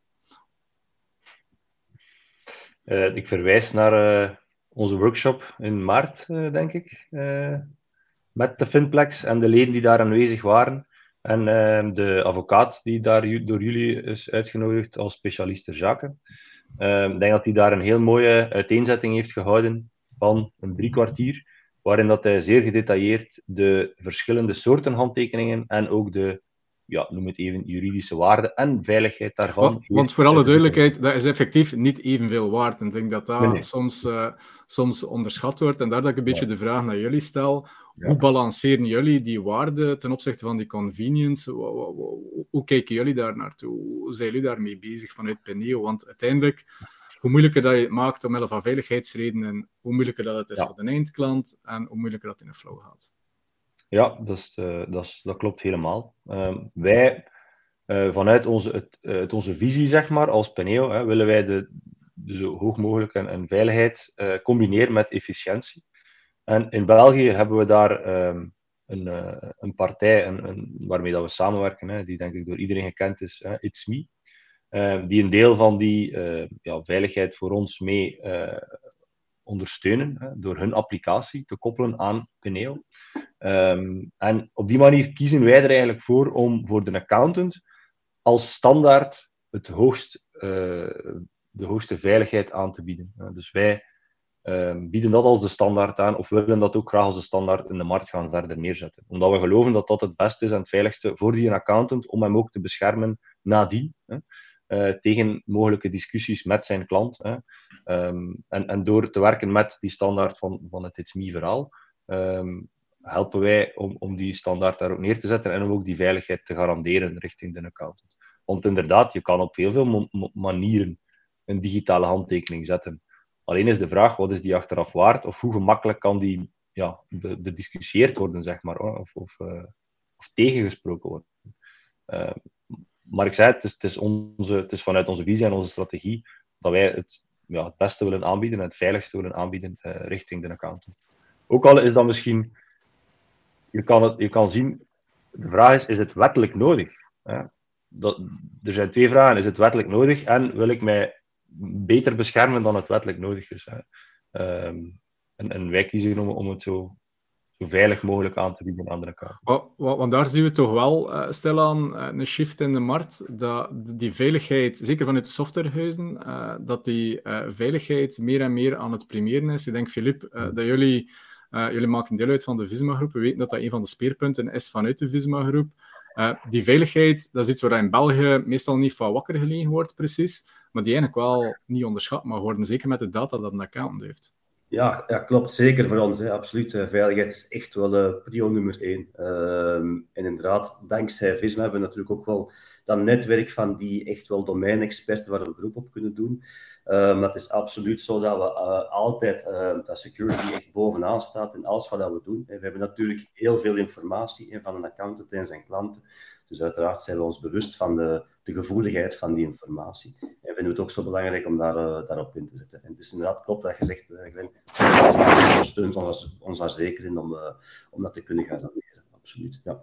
Uh, ik verwijs naar uh, onze workshop in maart, uh, denk ik. Uh... Met de Finplex en de leden die daar aanwezig waren. En uh, de advocaat die daar door jullie is uitgenodigd als specialist ter zake. Uh, ik denk dat hij daar een heel mooie uiteenzetting heeft gehouden van een drie kwartier, waarin dat hij zeer gedetailleerd de verschillende soorten handtekeningen en ook de, ja, noem het even, juridische waarde en veiligheid daarvan. Want, want voor alle duidelijkheid, dat is effectief niet evenveel waard. En ik denk dat dat nee, nee. Soms, uh, soms onderschat wordt. En daar dat ik een beetje ja. de vraag naar jullie stel. Ja. Hoe balanceren jullie die waarde ten opzichte van die convenience? Hoe, hoe, hoe kijken jullie daar naartoe? Hoe zijn jullie daarmee bezig vanuit Peneo? Want uiteindelijk, hoe moeilijker dat je het maakt omwille van veiligheidsredenen, hoe moeilijker dat het is ja. voor de eindklant en hoe moeilijker dat in de flow gaat. Ja, dat, is, uh, dat, is, dat klopt helemaal. Uh, wij, uh, vanuit onze, het, uh, het onze visie, zeg maar, als Peneo, hè, willen wij de, de zo hoog mogelijk en, en veiligheid uh, combineren met efficiëntie. En in België hebben we daar um, een, uh, een partij een, een, waarmee dat we samenwerken, hè, die denk ik door iedereen gekend is, hè, It's Me. uh, die een deel van die uh, ja, veiligheid voor ons mee uh, ondersteunen, hè, door hun applicatie te koppelen aan Teneo. Um, en op die manier kiezen wij er eigenlijk voor om voor de accountant als standaard het hoogst, uh, de hoogste veiligheid aan te bieden. Dus wij uh, bieden dat als de standaard aan, of willen dat ook graag als de standaard in de markt gaan verder neerzetten. Omdat we geloven dat dat het beste is en het veiligste voor die accountant, om hem ook te beschermen nadien, hè, uh, tegen mogelijke discussies met zijn klant. Hè. Um, en, en door te werken met die standaard van, van het It's Me verhaal, um, helpen wij om, om die standaard daar ook neer te zetten en om ook die veiligheid te garanderen richting de accountant. Want inderdaad, je kan op heel veel mo- mo- manieren een digitale handtekening zetten. Alleen is de vraag, wat is die achteraf waard? Of hoe gemakkelijk kan die ja, be- bediscussieerd worden, zeg maar, of, of, uh, of tegengesproken worden. Uh, maar ik zei, het is, het, is onze, het is vanuit onze visie en onze strategie dat wij het, ja, het beste willen aanbieden en het veiligste willen aanbieden uh, richting de accountant. Ook al is dat misschien... Je kan, het, je kan zien, de vraag is, is het wettelijk nodig? Ja, dat, er zijn twee vragen. Is het wettelijk nodig en wil ik mij beter beschermen dan het wettelijk nodig is? Hè? Um, en, en wij kiezen om, om het zo, zo veilig mogelijk aan te bieden aan de kant. Want, want daar zien we toch wel uh, stilaan uh, een shift in de markt, dat die veiligheid, zeker vanuit de softwarehuizen, uh, dat die uh, veiligheid meer en meer aan het primeren is. Ik denk, Filip, uh, dat jullie... Uh, jullie maken deel uit van de Visma-groep. We weten dat dat een van de speerpunten is vanuit de Visma-groep. Uh, die veiligheid, dat is iets waar in België meestal niet van wakker gelegen wordt, precies. Maar die eigenlijk wel niet onderschat mag worden. Zeker met de data dat een account heeft. Ja, ja, klopt. Zeker voor ons. Hè. Absoluut. Uh, veiligheid is echt wel uh, prio nummer één. Uh, en inderdaad, dankzij Visma hebben we natuurlijk ook wel dat netwerk van die echt wel domeinexperten waar we een beroep op kunnen doen. Uh, maar het is absoluut zo dat we uh, altijd uh, dat security echt bovenaan staat in alles wat we doen. We hebben natuurlijk heel veel informatie van een accountant en zijn klanten. Dus uiteraard zijn we ons bewust van de, de gevoeligheid van die informatie. En vinden we het ook zo belangrijk om daar, uh, daarop in te zetten. En het is inderdaad klopt wat je zegt, uh, Glenn. Ondersteunt ons, ons daar zeker in om, uh, om dat te kunnen garanderen. Absoluut, ja.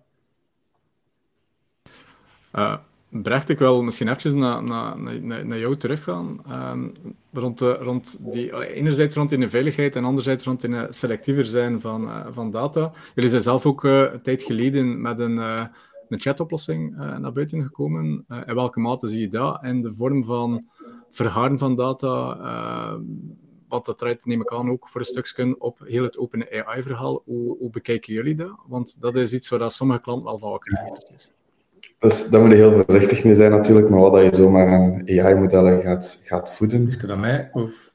Uh, Brecht, ik wil misschien eventjes naar, naar, naar, naar jou teruggaan. Um, rond, de, rond die, enerzijds rond in de veiligheid en anderzijds rond in het selectiever zijn van, uh, van data. Jullie zijn zelf ook uh, een tijd geleden met een... Uh, een chatoplossing uh, naar buiten gekomen. Uh, in welke mate zie je dat? In de vorm van vergaren van data, uh, wat dat draait, neem ik aan, ook voor een stukje op heel het open A I-verhaal. Hoe, hoe bekijken jullie dat? Want dat is iets waar sommige klanten wel van wakker zijn. Dus daar moet je heel voorzichtig mee zijn natuurlijk, maar wat je zomaar aan A I-modellen gaat, gaat voeden. Ligt het aan mij? Of...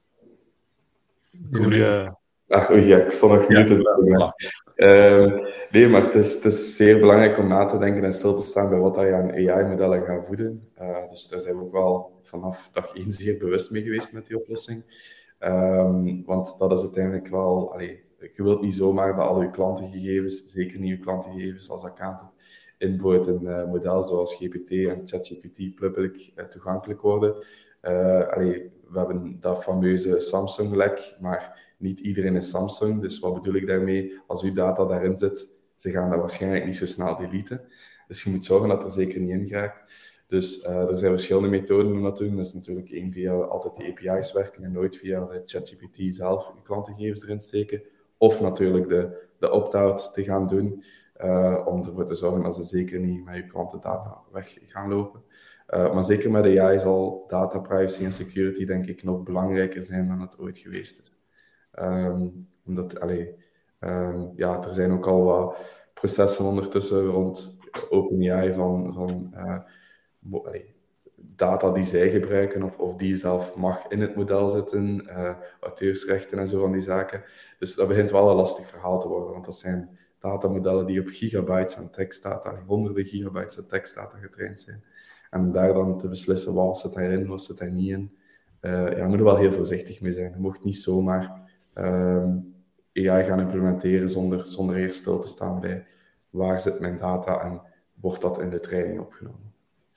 Goeie... Ah, oei, ja, ik stond nog niet in het uh, Nee, maar het is, het is zeer belangrijk om na te denken en stil te staan bij wat je aan A I-modellen gaat voeden. Uh, dus daar zijn we ook wel vanaf dag één zeer bewust mee geweest met die oplossing. Um, want dat is uiteindelijk wel... Allee, je wilt niet zomaar dat al je klantengegevens, zeker niet je klantengegevens als accountant, in bijvoorbeeld een uh, model zoals G P T en ChatGPT public uh, toegankelijk worden. Uh, allee, we hebben dat fameuze Samsung-lek, maar niet iedereen is Samsung. Dus wat bedoel ik daarmee? Als uw data daarin zit, ze gaan dat waarschijnlijk niet zo snel deleten. Dus je moet zorgen dat er zeker niet in geraakt. Dus uh, er zijn verschillende methoden om dat te doen. Dat is natuurlijk één via altijd die A P I's werken en nooit via de ChatGPT zelf je klantengegevens erin steken. Of natuurlijk de, de opt-out te gaan doen, uh, om ervoor te zorgen dat ze zeker niet met je klantendata weg gaan lopen. Uh, maar zeker met A I zal data privacy en security denk ik nog belangrijker zijn dan het ooit geweest is. Um, omdat, allee, um, ja, er zijn ook al wat processen ondertussen rond OpenAI van, van uh, mo- allee, data die zij gebruiken of, of die zelf mag in het model zitten, uh, auteursrechten en zo van die zaken. Dus dat begint wel een lastig verhaal te worden, want dat zijn datamodellen die op gigabytes aan tekstdata, honderden gigabytes aan tekstdata getraind zijn. En daar dan te beslissen wat zit daarin, wat zit daar niet in. Uh, ja, je moet er wel heel voorzichtig mee zijn. Je mocht niet zomaar um, A I gaan implementeren zonder, zonder eerst stil te staan bij waar zit mijn data en wordt dat in de training opgenomen.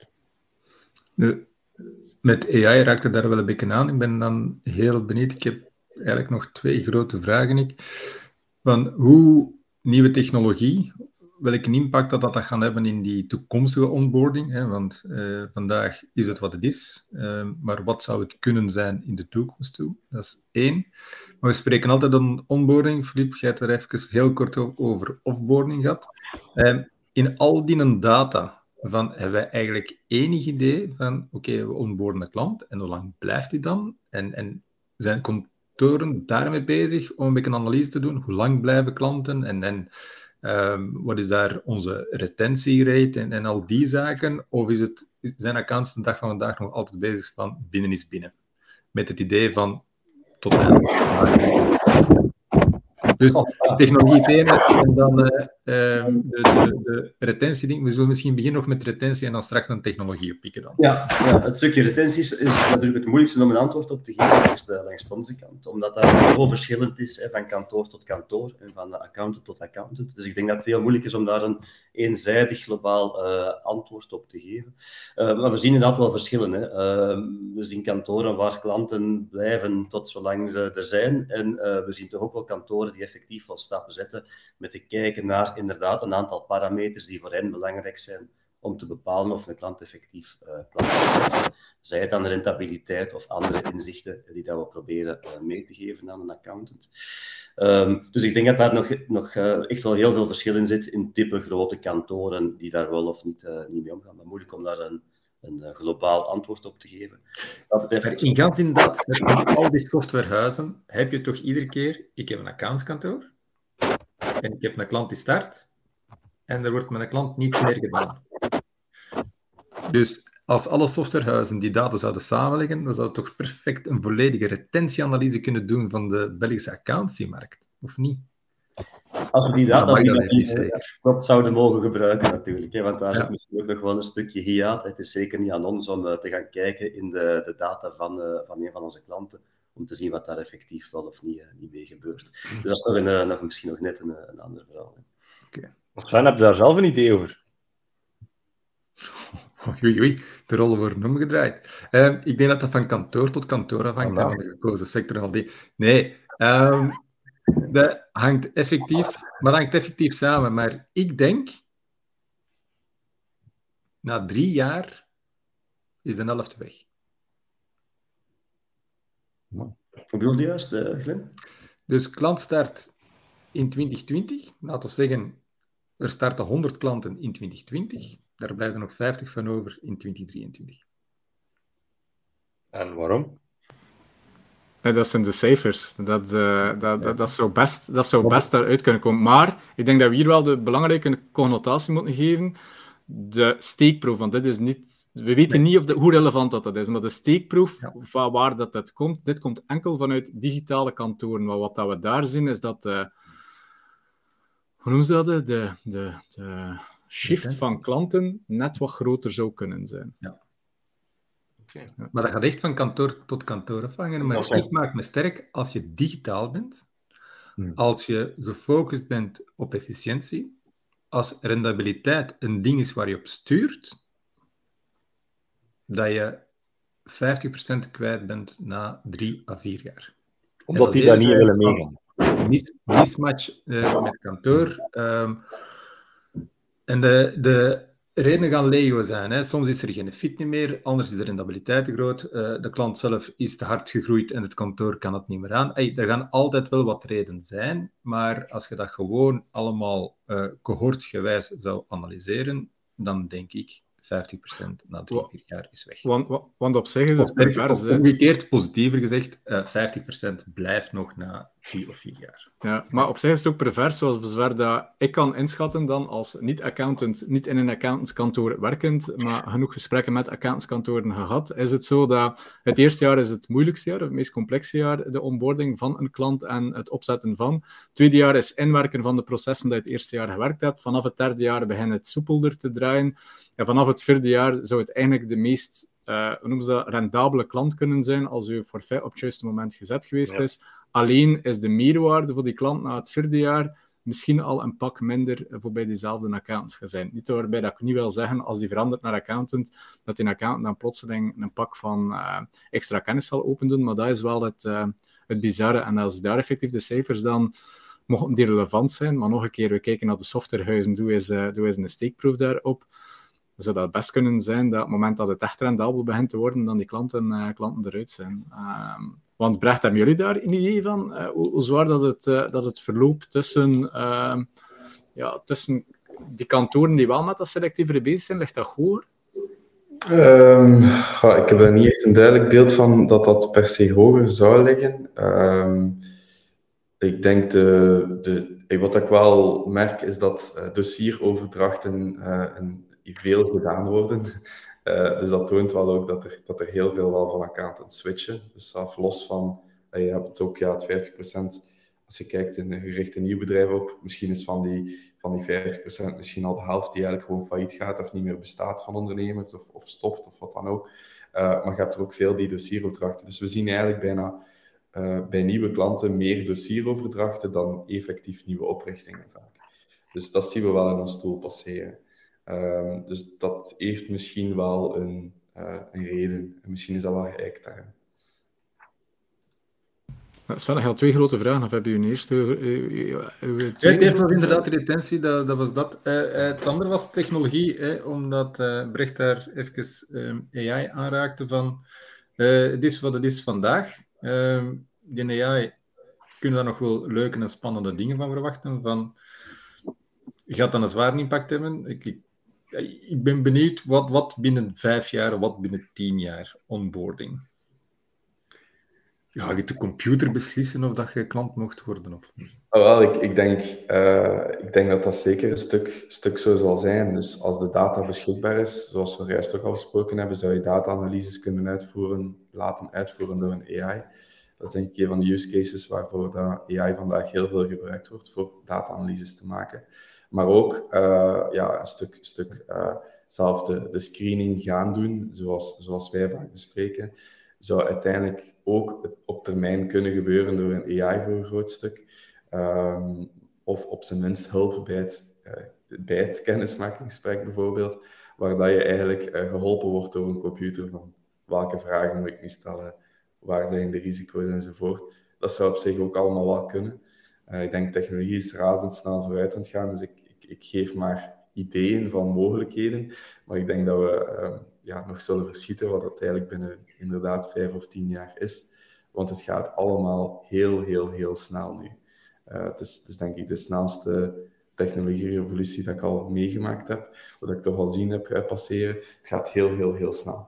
Nu, met A I raakte daar wel een beetje aan. Ik ben dan heel benieuwd. Ik heb eigenlijk nog twee grote vragen. Ik. Van hoe nieuwe technologie welke impact dat, dat dat gaat hebben in die toekomstige onboarding. Hè? Want uh, vandaag is het wat het is, uh, maar wat zou het kunnen zijn in de toekomst toe? Dat is één. Maar we spreken altijd om onboarding. Filip, jij hebt er even heel kort over offboarding gehad. Uh, in al die data van, hebben wij eigenlijk enig idee van, oké, okay, we onboarden een klant en hoe lang blijft die dan? En, en zijn kantoren daarmee bezig om een beetje een analyse te doen? Hoe lang blijven klanten? En, en um, wat is daar onze retentierate en, en al die zaken? Of is het, zijn accounts de dag van vandaag nog altijd bezig van binnen is binnen? Met het idee van tot eind. Dus technologie het ene en dan uh, uh, de, de, de retentie. We zullen misschien beginnen nog met retentie en dan straks een technologie oppikken dan. Ja, ja, het stukje retentie is, is natuurlijk het moeilijkste om een antwoord op te geven langs, de, langs onze kant. Omdat dat zo verschillend is, hè, van kantoor tot kantoor en van accountant tot accountant. Dus ik denk dat het heel moeilijk is om daar een eenzijdig globaal uh, antwoord op te geven. Uh, maar we zien inderdaad wel verschillen. Hè. Uh, we zien kantoren waar klanten blijven tot zolang ze er zijn. En uh, we zien toch ook wel kantoren die effectief wel stappen zetten met te kijken naar inderdaad een aantal parameters die voor hen belangrijk zijn om te bepalen of een klant effectief uh, klant is. Zij het aan rentabiliteit of andere inzichten die dat we proberen uh, mee te geven aan een accountant. Um, dus ik denk dat daar nog, nog uh, echt wel heel veel verschil in zit in type grote kantoren die daar wel of niet, uh, niet mee omgaan. Maar moeilijk om daar een, een uh, globaal antwoord op te geven. Maar in gans inderdaad, met al die softwarehuizen heb je toch iedere keer, ik heb een accountskantoor en ik heb een klant die start en er wordt met een klant niets meer gedaan. Dus als alle softwarehuizen die data zouden samenleggen, dan zou het toch perfect een volledige retentieanalyse kunnen doen van de Belgische accountancymarkt, of niet? Als we die data die dat niet klopt zouden mogen gebruiken natuurlijk, hè, want daar ja. zit misschien ook nog wel een stukje hiaat. Het is zeker niet aan ons om uh, te gaan kijken in de, de data van, uh, van een van onze klanten, om te zien wat daar effectief wel of niet, uh, niet mee gebeurt. Dus dat is nog, een, uh, nog misschien nog net een, een ander verhaal. Okay. Sven, heb je daar zelf een idee over? Oei, oei, de rollen worden omgedraaid. Um, ik denk dat dat van kantoor tot kantoor afhangt, oh, van de gekozen sector en al die. Nee, um, dat hangt effectief, maar dat hangt effectief samen. Maar ik denk, na drie jaar is de helft weg. Hoe bedoel je juist, uh, Glenn? Dus klant start in twintig twintig. Laten we zeggen, er starten honderd klanten in twintig twintig. Daar blijven er nog vijftig van over in twintig drieëntwintig. En waarom? Ja, dat zijn de cijfers. Dat, uh, dat, dat, dat zou best, dat zou best daaruit kunnen komen. Maar ik denk dat we hier wel de belangrijke connotatie moeten geven. De steekproef, want dit is niet... We weten nee. niet of de, hoe relevant dat, dat is, maar de steekproef ja. van waar dat, dat komt, dit komt enkel vanuit digitale kantoren. Maar wat dat we daar zien, is dat... Uh, hoe noemen ze dat? De... de, de, de shift okay. van klanten net wat groter zou kunnen zijn. Ja. Okay. Ja. Maar dat gaat echt van kantoor tot kantoor afhangen. Maar okay. ik maak me sterk als je digitaal bent, hmm. als je gefocust bent op efficiëntie, als rendabiliteit een ding is waar je op stuurt, dat je vijftig procent kwijt bent na drie à vier jaar. Omdat die daar niet willen meegaan. Mis, mismatch uh, met kantoor... Um, En de, de redenen gaan legio zijn. Hè. Soms is er geen fit meer, anders is de rendabiliteit te groot. Uh, de klant zelf is te hard gegroeid en het kantoor kan het niet meer aan. Hey, er gaan altijd wel wat redenen zijn, maar als je dat gewoon allemaal uh, cohortgewijs zou analyseren, dan denk ik vijftig procent na drie, vier jaar is weg. Want, want op zich is het pervers. Omgekeerd, positiever gezegd, uh, vijftig procent blijft nog na drie of vier jaar. Ja, maar op zich is het ook pervers, zoals zover dat ik kan inschatten dan als niet-accountant, niet in een accountantskantoor werkend, maar genoeg gesprekken met accountantskantoren gehad, is het zo dat het eerste jaar is het moeilijkste jaar, het meest complexe jaar, de onboarding van een klant en het opzetten van. Het tweede jaar is inwerken van de processen dat je het eerste jaar gewerkt hebt. Vanaf het derde jaar begint het soepelder te draaien. En vanaf het vierde jaar zou het eigenlijk de meest uh, hoe noemen ze dat, rendabele klant kunnen zijn als uw forfait op het juiste moment gezet geweest ja. is. Alleen is de meerwaarde voor die klant na het vierde jaar misschien al een pak minder voor bij diezelfde accountants gaan zijn. Niet waarbij dat ik niet wil zeggen, als die verandert naar accountant, dat die accountant dan plotseling een pak van uh, extra kennis zal opendoen, maar dat is wel het, uh, het bizarre. En als je daar effectief de cijfers dan mochten die relevant zijn. Maar nog een keer, we kijken naar de softwarehuizen, doe eens, uh, doe eens een steekproef daarop. Zou dat best kunnen zijn dat op het moment dat het echt rendabel begint te worden, dan die klanten, uh, klanten eruit zijn. Uh, want Brecht, hebben jullie daar een idee van? Uh, hoe, hoe zwaar dat het, uh, dat het verloop tussen, uh, ja, tussen die kantoren die wel met dat selectievere bezig zijn, ligt dat hoger? Um, ja, ik heb er niet echt een duidelijk beeld van dat dat per se hoger zou liggen. Um, ik denk, de, de, wat ik wel merk, is dat uh, dossieroverdrachten uh, een, veel gedaan worden. Uh, dus dat toont wel ook dat er, dat er heel veel wel van accountants switchen. Dus zelf los van, uh, je hebt ook ja, het vijftig procent, als je kijkt in je richt een nieuw bedrijf op, misschien is van die, van die vijftig procent misschien al de helft die eigenlijk gewoon failliet gaat of niet meer bestaat van ondernemers of, of stopt of wat dan ook. Uh, maar je hebt er ook veel die dossieroverdrachten. Dus we zien eigenlijk bijna uh, bij nieuwe klanten meer dossieroverdrachten dan effectief nieuwe oprichtingen vaak. Dus dat zien we wel in ons tool passeren. Um, dus dat heeft misschien wel een, uh, een reden. En misschien is dat wel geëikt daarin. Sven, je had twee grote vragen. Of heb je een eerste? Uh, uh, uh, ja, het eerste was inderdaad de retentie, dat, dat was dat. Uh, uh, het andere was technologie, hè, omdat uh, Brecht daar even um, A I aanraakte van uh, het is wat het is vandaag. Uh, die A I kunnen daar nog wel leuke en spannende dingen van verwachten. Van, gaat dat een zware impact hebben? Ik, ik, ik ben benieuwd wat, wat binnen vijf jaar, wat binnen tien jaar onboarding. Ga je de computer beslissen of dat je klant mocht worden of niet? Oh, wel, ik, ik, denk, uh, ik denk dat dat zeker een stuk, stuk zo zal zijn. Dus als de data beschikbaar is, zoals we juist ook al besproken hebben, zou je data-analyses kunnen uitvoeren, laten uitvoeren door een A I. Dat is denk ik een van de use cases waarvoor de A I vandaag heel veel gebruikt wordt, voor data-analyses te maken. Maar ook uh, ja, een stuk, stuk uh, zelf de, de screening gaan doen, zoals, zoals wij vaak bespreken, zou uiteindelijk ook op termijn kunnen gebeuren door een A I voor een groot stuk. Um, of op zijn minst hulp bij het, uh, bij het kennismakingsgesprek bijvoorbeeld, waar dat je eigenlijk uh, geholpen wordt door een computer van welke vragen moet ik nu stellen, waar zijn de risico's enzovoort. Dat zou op zich ook allemaal wel kunnen. Uh, ik denk technologie is razendsnel vooruit aan het gaan, dus ik, ik, ik geef maar ideeën van mogelijkheden, maar ik denk dat we uh, ja, nog zullen verschieten wat dat eigenlijk binnen inderdaad vijf of tien jaar is, want het gaat allemaal heel, heel, heel snel nu. Uh, het, is, het is denk ik de snelste technologie-revolutie dat ik al meegemaakt heb, wat ik toch al zien heb uh, passeren. Het gaat heel, heel, heel snel.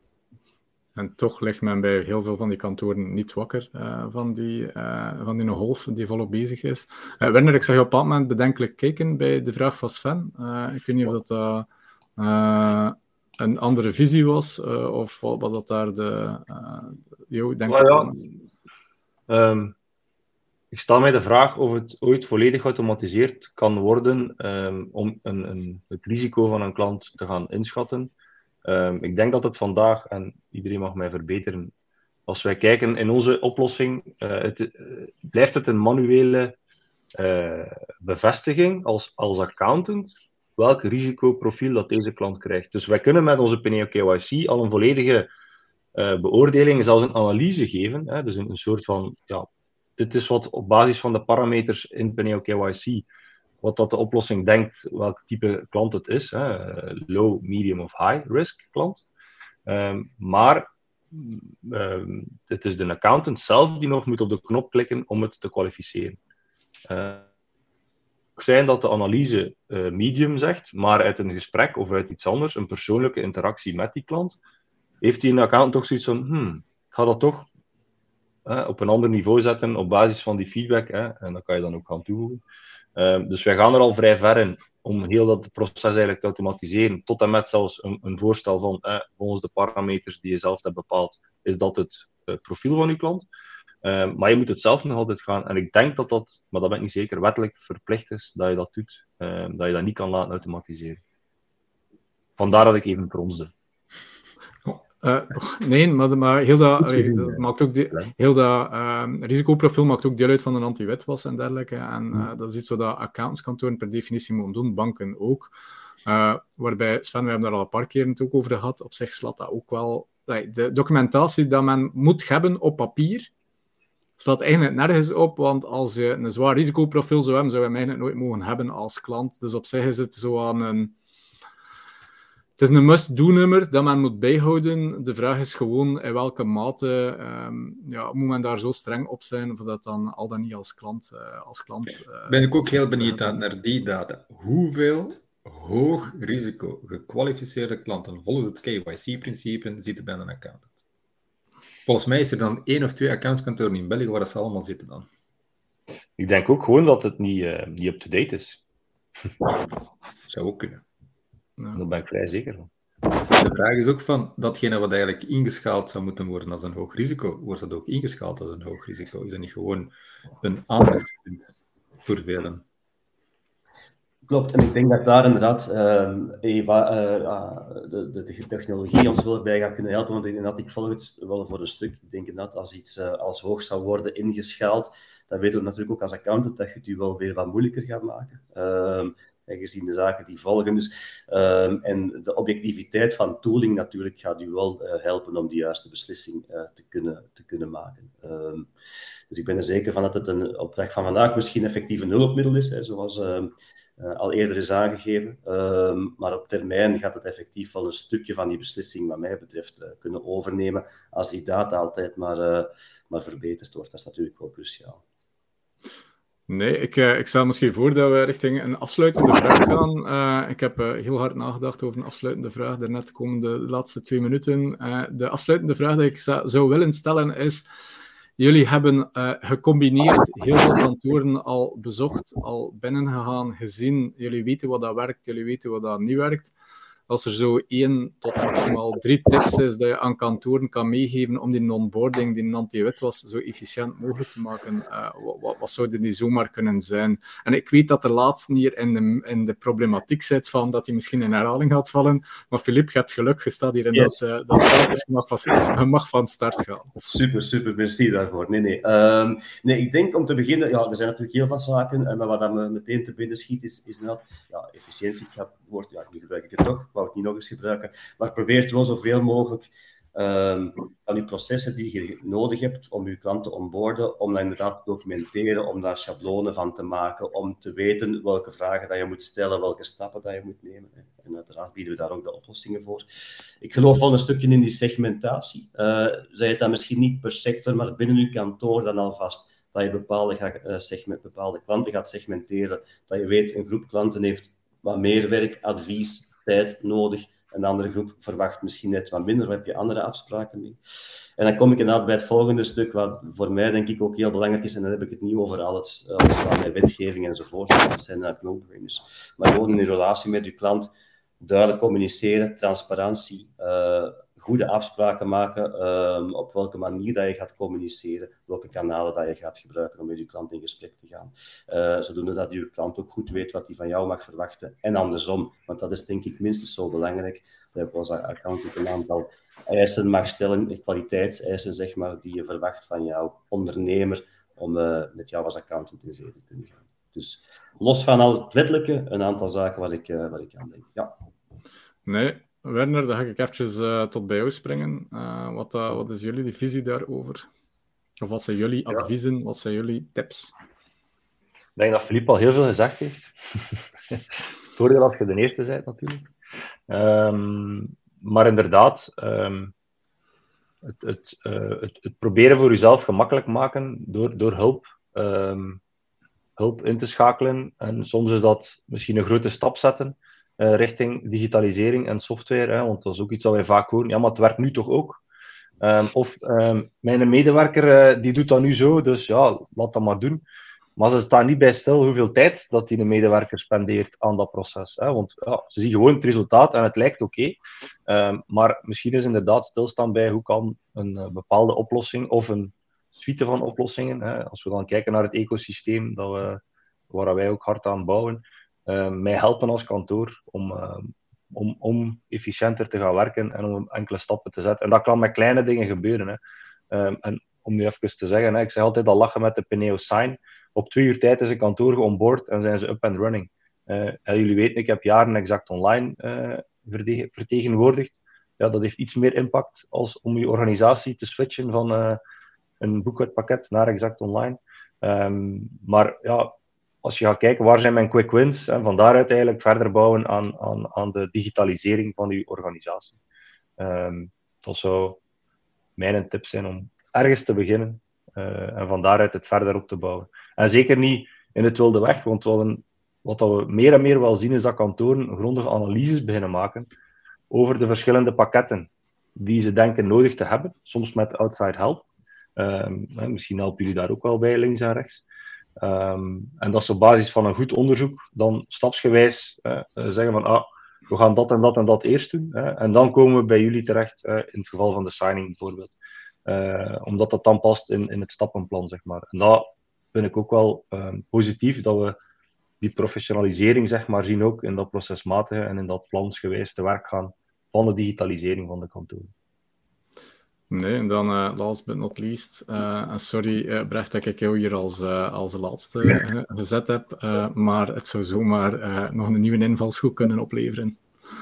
En toch ligt men bij heel veel van die kantoren niet wakker uh, van, die, uh, van die golf die volop bezig is. Uh, Werner, ik zag je op een bepaald moment bedenkelijk kijken bij de vraag van Sven. Uh, ik weet niet of dat uh, uh, een andere visie was, uh, of wat dat daar de... Uh, yo, denk well, dat ja. um, ik stel mij de vraag of het ooit volledig geautomatiseerd kan worden um, om een, een, het risico van een klant te gaan inschatten. Um, ik denk dat het vandaag, en iedereen mag mij verbeteren, als wij kijken in onze oplossing, uh, het, uh, blijft het een manuele uh, bevestiging als, als accountant welk risicoprofiel dat deze klant krijgt. Dus wij kunnen met onze Peneo K Y C al een volledige uh, beoordeling, zelfs een analyse geven. Hè, dus een, een soort van, ja, dit is wat op basis van de parameters in Peneo K Y C, wat dat de oplossing denkt, welk type klant het is. Hè? Low, medium of high risk klant. Um, maar um, het is de accountant zelf die nog moet op de knop klikken om het te kwalificeren. Uh, het kan zijn dat de analyse uh, medium zegt, maar uit een gesprek of uit iets anders, een persoonlijke interactie met die klant, heeft die accountant toch zoiets van, hmm, ik ga dat toch uh, op een ander niveau zetten op basis van die feedback. Hè? En dat kan je dan ook gaan toevoegen. Uh, dus wij gaan er al vrij ver in om heel dat proces eigenlijk te automatiseren, tot en met zelfs een, een voorstel van, eh, volgens de parameters die je zelf hebt bepaald, is dat het uh, profiel van je klant. Uh, maar je moet het zelf nog altijd gaan. En ik denk dat dat, maar dat ben ik niet zeker, wettelijk verplicht is dat je dat doet. Uh, dat je dat niet kan laten automatiseren. Vandaar dat ik even pronsde. Uh, nee, maar, maar heel dat, allee, dat maakt ook de, heel dat uh, risicoprofiel maakt ook deel uit van een anti-witwas en dergelijke. En uh, dat is iets wat accountantskantoren per definitie moeten doen, banken ook. Uh, waarbij, Sven, we hebben daar al een paar keer het ook over gehad, op zich slaat dat ook wel... De documentatie dat men moet hebben op papier, slaat eigenlijk nergens op, want als je een zwaar risicoprofiel zou hebben, zou je hem eigenlijk nooit mogen hebben als klant. Dus op zich is het zo aan een... Het is een must-do-nummer dat men moet bijhouden. De vraag is gewoon in welke mate um, ja, moet men daar zo streng op zijn, of dat dan al dan niet als klant... Uh, als klant uh, ben ik ook heel benieuwd naar, naar die data. Hoeveel hoog risico gekwalificeerde klanten volgens het K Y C-principe zitten bij een accountant? Volgens mij is er dan één of twee accountskantoren in België waar ze allemaal zitten dan. Ik denk ook gewoon dat het niet, uh, niet up-to-date is. Zou ook kunnen. Ja. Daar ben ik vrij zeker van. De vraag is ook van, datgene wat eigenlijk ingeschaald zou moeten worden als een hoog risico, wordt dat ook ingeschaald als een hoog risico? Is dat niet gewoon een aandachtspunt voor velen? Klopt, en ik denk dat daar inderdaad uh, Eva, uh, de, de, de technologie ons wel bij gaat kunnen helpen, want ik denk dat ik volg het wel voor een stuk. Ik denk dat als iets uh, als hoog zou worden ingeschaald, dan weten we natuurlijk ook als accountant dat je het je wel weer wat moeilijker gaat maken. Uh, En gezien de zaken die volgen. Dus, um, en de objectiviteit van tooling natuurlijk gaat u wel uh, helpen om die juiste beslissing uh, te, kunnen, te kunnen maken. Um, dus ik ben er zeker van dat het een, op dag van vandaag misschien effectief een hulpmiddel is, hè, zoals uh, uh, al eerder is aangegeven. Um, maar op termijn gaat het effectief wel een stukje van die beslissing, wat mij betreft, uh, kunnen overnemen, als die data altijd maar, uh, maar verbeterd wordt. Dat is natuurlijk wel cruciaal. Nee, ik, uh, ik stel misschien voor dat we richting een afsluitende vraag gaan. Uh, ik heb uh, heel hard nagedacht over een afsluitende vraag. Daarnet komen de laatste twee minuten. Uh, de afsluitende vraag die ik za- zou willen stellen is... Jullie hebben uh, gecombineerd heel veel kantoren al bezocht, al binnengegaan, gezien. Jullie weten wat dat werkt, jullie weten wat dat niet werkt. Als er zo één tot maximaal drie tips is dat je aan kantoren kan meegeven om die onboarding, die anti-witwas, zo efficiënt mogelijk te maken, uh, wat, wat zouden die zomaar kunnen zijn? En ik weet dat de laatste hier in de, in de problematiek zit van dat hij misschien in herhaling gaat vallen, maar Philippe, je hebt geluk, je staat hier in yes. dat, uh, dat veld, dus je mag, van, je mag van start gaan. Super, super, merci daarvoor. Nee, nee. Um, nee, ik denk om te beginnen, ja, er zijn natuurlijk heel veel zaken, en wat dat me meteen te binnen schiet is, is nou, ja, efficiëntie, ik heb woord, ja, nu gebruik ik het toch, ik wou het niet nog eens gebruiken, maar probeer wel zoveel mogelijk um, aan die processen die je nodig hebt om je klant te onboarden, om dat inderdaad te documenteren, om daar schablonen van te maken, om te weten welke vragen dat je moet stellen, welke stappen dat je moet nemen. En uiteraard bieden we daar ook de oplossingen voor. Ik geloof wel een stukje in die segmentatie. Uh, zij het dan misschien niet per sector, maar binnen je kantoor dan alvast, dat je bepaalde, ga, uh, segment, bepaalde klanten gaat segmenteren, dat je weet, een groep klanten heeft wat meer werk, advies, tijd nodig. Een andere groep verwacht misschien net wat minder, waar heb je andere afspraken mee. En dan kom ik inderdaad bij het volgende stuk, wat voor mij denk ik ook heel belangrijk is, en dan heb ik het niet over alles, alles van mijn wetgeving enzovoort, dat zijn uh, no-brainers. Maar gewoon in een relatie met je klant, duidelijk communiceren, transparantie, uh, goede afspraken maken, um, op welke manier dat je gaat communiceren, welke kanalen dat je gaat gebruiken om met je klant in gesprek te gaan. Uh, zodoende dat je klant ook goed weet wat hij van jou mag verwachten en andersom, want dat is denk ik minstens zo belangrijk, dat je als accountant een aantal eisen mag stellen, kwaliteitseisen zeg maar, die je verwacht van jouw ondernemer om uh, met jou als accountant in zee te kunnen gaan. Dus los van al het wettelijke, een aantal zaken waar ik, uh, waar ik aan denk. Ja. Nee, Werner, dan ga ik eventjes uh, tot bij jou springen. Uh, wat, uh, wat is jullie visie daarover? Of wat zijn jullie ja. adviezen? Wat zijn jullie tips? Ik denk dat Philippe al heel veel gezegd heeft. Het voordeel als je de eerste bent, natuurlijk. Um, maar inderdaad, um, het, het, uh, het, het proberen voor jezelf gemakkelijk maken door, door hulp, um, hulp in te schakelen. En soms is dat misschien een grote stap zetten. Uh, richting digitalisering en software, hè, want dat is ook iets dat wij vaak horen. Ja, maar het werkt nu toch ook? Um, of um, mijn medewerker uh, die doet dat nu zo, dus ja, laat dat maar doen. Maar ze staan niet bij stil hoeveel tijd dat die een medewerker spendeert aan dat proces. Hè, want ja, ze zien gewoon het resultaat en het lijkt oké. Okay. Um, maar misschien is inderdaad stilstaan bij hoe kan een uh, bepaalde oplossing of een suite van oplossingen, hè, als we dan kijken naar het ecosysteem dat we, waar wij ook hard aan bouwen, Uh, mij helpen als kantoor om, uh, om, om efficiënter te gaan werken en om enkele stappen te zetten. En dat kan met kleine dingen gebeuren. Hè. Um, en om nu even te zeggen, hè, ik zeg altijd al lachen met de Peneo Sign. Op twee uur tijd is een kantoor geonboard en zijn ze up and running. Uh, en jullie weten, ik heb jaren Exact Online uh, verte- vertegenwoordigd. Ja, dat heeft iets meer impact als om je organisatie te switchen van, uh, een boekhoudpakket naar Exact Online. Um, maar ja, als je gaat kijken, waar zijn mijn quick wins? En van daaruit eigenlijk verder bouwen aan, aan, aan de digitalisering van je organisatie. Um, dat zou mijn tip zijn om ergens te beginnen uh, en van daaruit het verder op te bouwen. En zeker niet in het wilde weg, want wat, een, wat we meer en meer wel zien is dat kantoren grondige analyses beginnen maken over de verschillende pakketten die ze denken nodig te hebben, soms met outside help. Um, misschien helpen jullie daar ook wel bij, links en rechts. Um, en dat ze op basis van een goed onderzoek dan stapsgewijs uh, zeggen van ah, we gaan dat en dat en dat eerst doen. Hè, en dan komen we bij jullie terecht, uh, in het geval van de signing bijvoorbeeld. Uh, omdat dat dan past in, in het stappenplan, zeg maar. En dat vind ik ook wel um, positief, dat we die professionalisering, zeg maar, zien ook in dat procesmatige en in dat plansgewijs te werk gaan van de digitalisering van de kantoren. Nee, en dan uh, last but not least, uh, sorry uh, Brecht dat ik jou hier als, uh, als laatste uh, gezet heb, uh, maar het zou zomaar uh, nog een nieuwe invalshoek kunnen opleveren.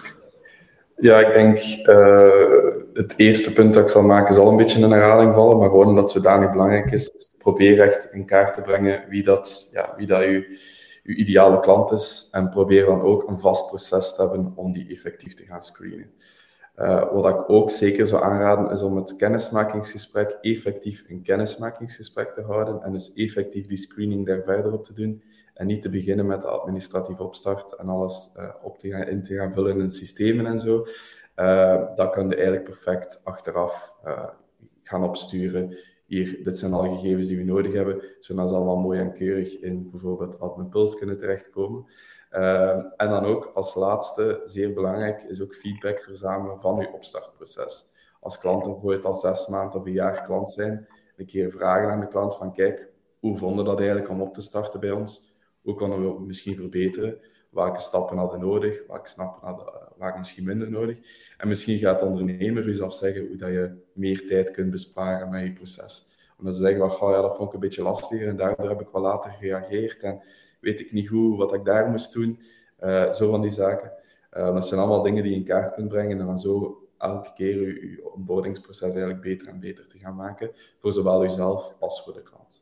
Ja, ik denk uh, het eerste punt dat ik zal maken zal een beetje in herhaling vallen, maar gewoon omdat het zodanig belangrijk is, is probeer echt in kaart te brengen wie dat, ja, wie dat uw, uw ideale klant is en probeer dan ook een vast proces te hebben om die effectief te gaan screenen. Uh, wat ik ook zeker zou aanraden, is om het kennismakingsgesprek effectief een kennismakingsgesprek te houden en dus effectief die screening daar verder op te doen en niet te beginnen met de administratieve opstart en alles uh, op te gaan, in te gaan vullen in systemen en zo. Uh, dat kun je eigenlijk perfect achteraf uh, gaan opsturen. Hier, dit zijn alle gegevens die we nodig hebben, zodat ze allemaal mooi en keurig in bijvoorbeeld AdminPulse kunnen terechtkomen. Uh, en dan ook als laatste, zeer belangrijk, is ook feedback verzamelen van uw opstartproces. Als klanten bijvoorbeeld al zes maanden of een jaar klant zijn, een keer vragen aan de klant van kijk, hoe vonden dat eigenlijk om op te starten bij ons? Hoe konden we misschien verbeteren? Welke stappen hadden nodig? Welke stappen hadden, waren misschien minder nodig? En misschien gaat de ondernemer u zelf zeggen hoe dat je meer tijd kunt besparen met je proces. Omdat ze zeggen, oh, ja, dat vond ik een beetje lastiger en daardoor heb ik wel later gereageerd en weet ik niet hoe, wat ik daar moest doen. Uh, zo van die zaken. Uh, dat zijn allemaal dingen die je in kaart kunt brengen en dan zo elke keer je, je onboardingsproces eigenlijk beter en beter te gaan maken, voor zowel jezelf als voor de klant.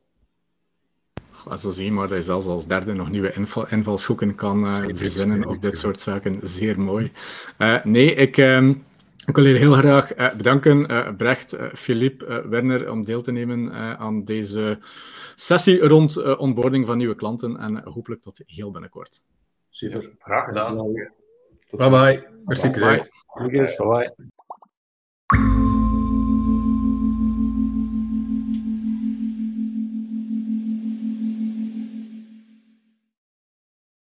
Zo zie je maar dat je zelfs als derde nog nieuwe inval, invalshoeken kan uh, verzinnen op dit soort zaken. Zeer mooi. Uh, nee, ik, uh, ik wil jullie heel graag uh, bedanken, uh, Brecht, uh, Philippe, uh, Werner, om deel te nemen uh, aan deze sessie rond uh, onboarding van nieuwe klanten en uh, hopelijk tot heel binnenkort. Super. Ja, graag gedaan. Bye bye. Merci. Bye bye. Bye bye.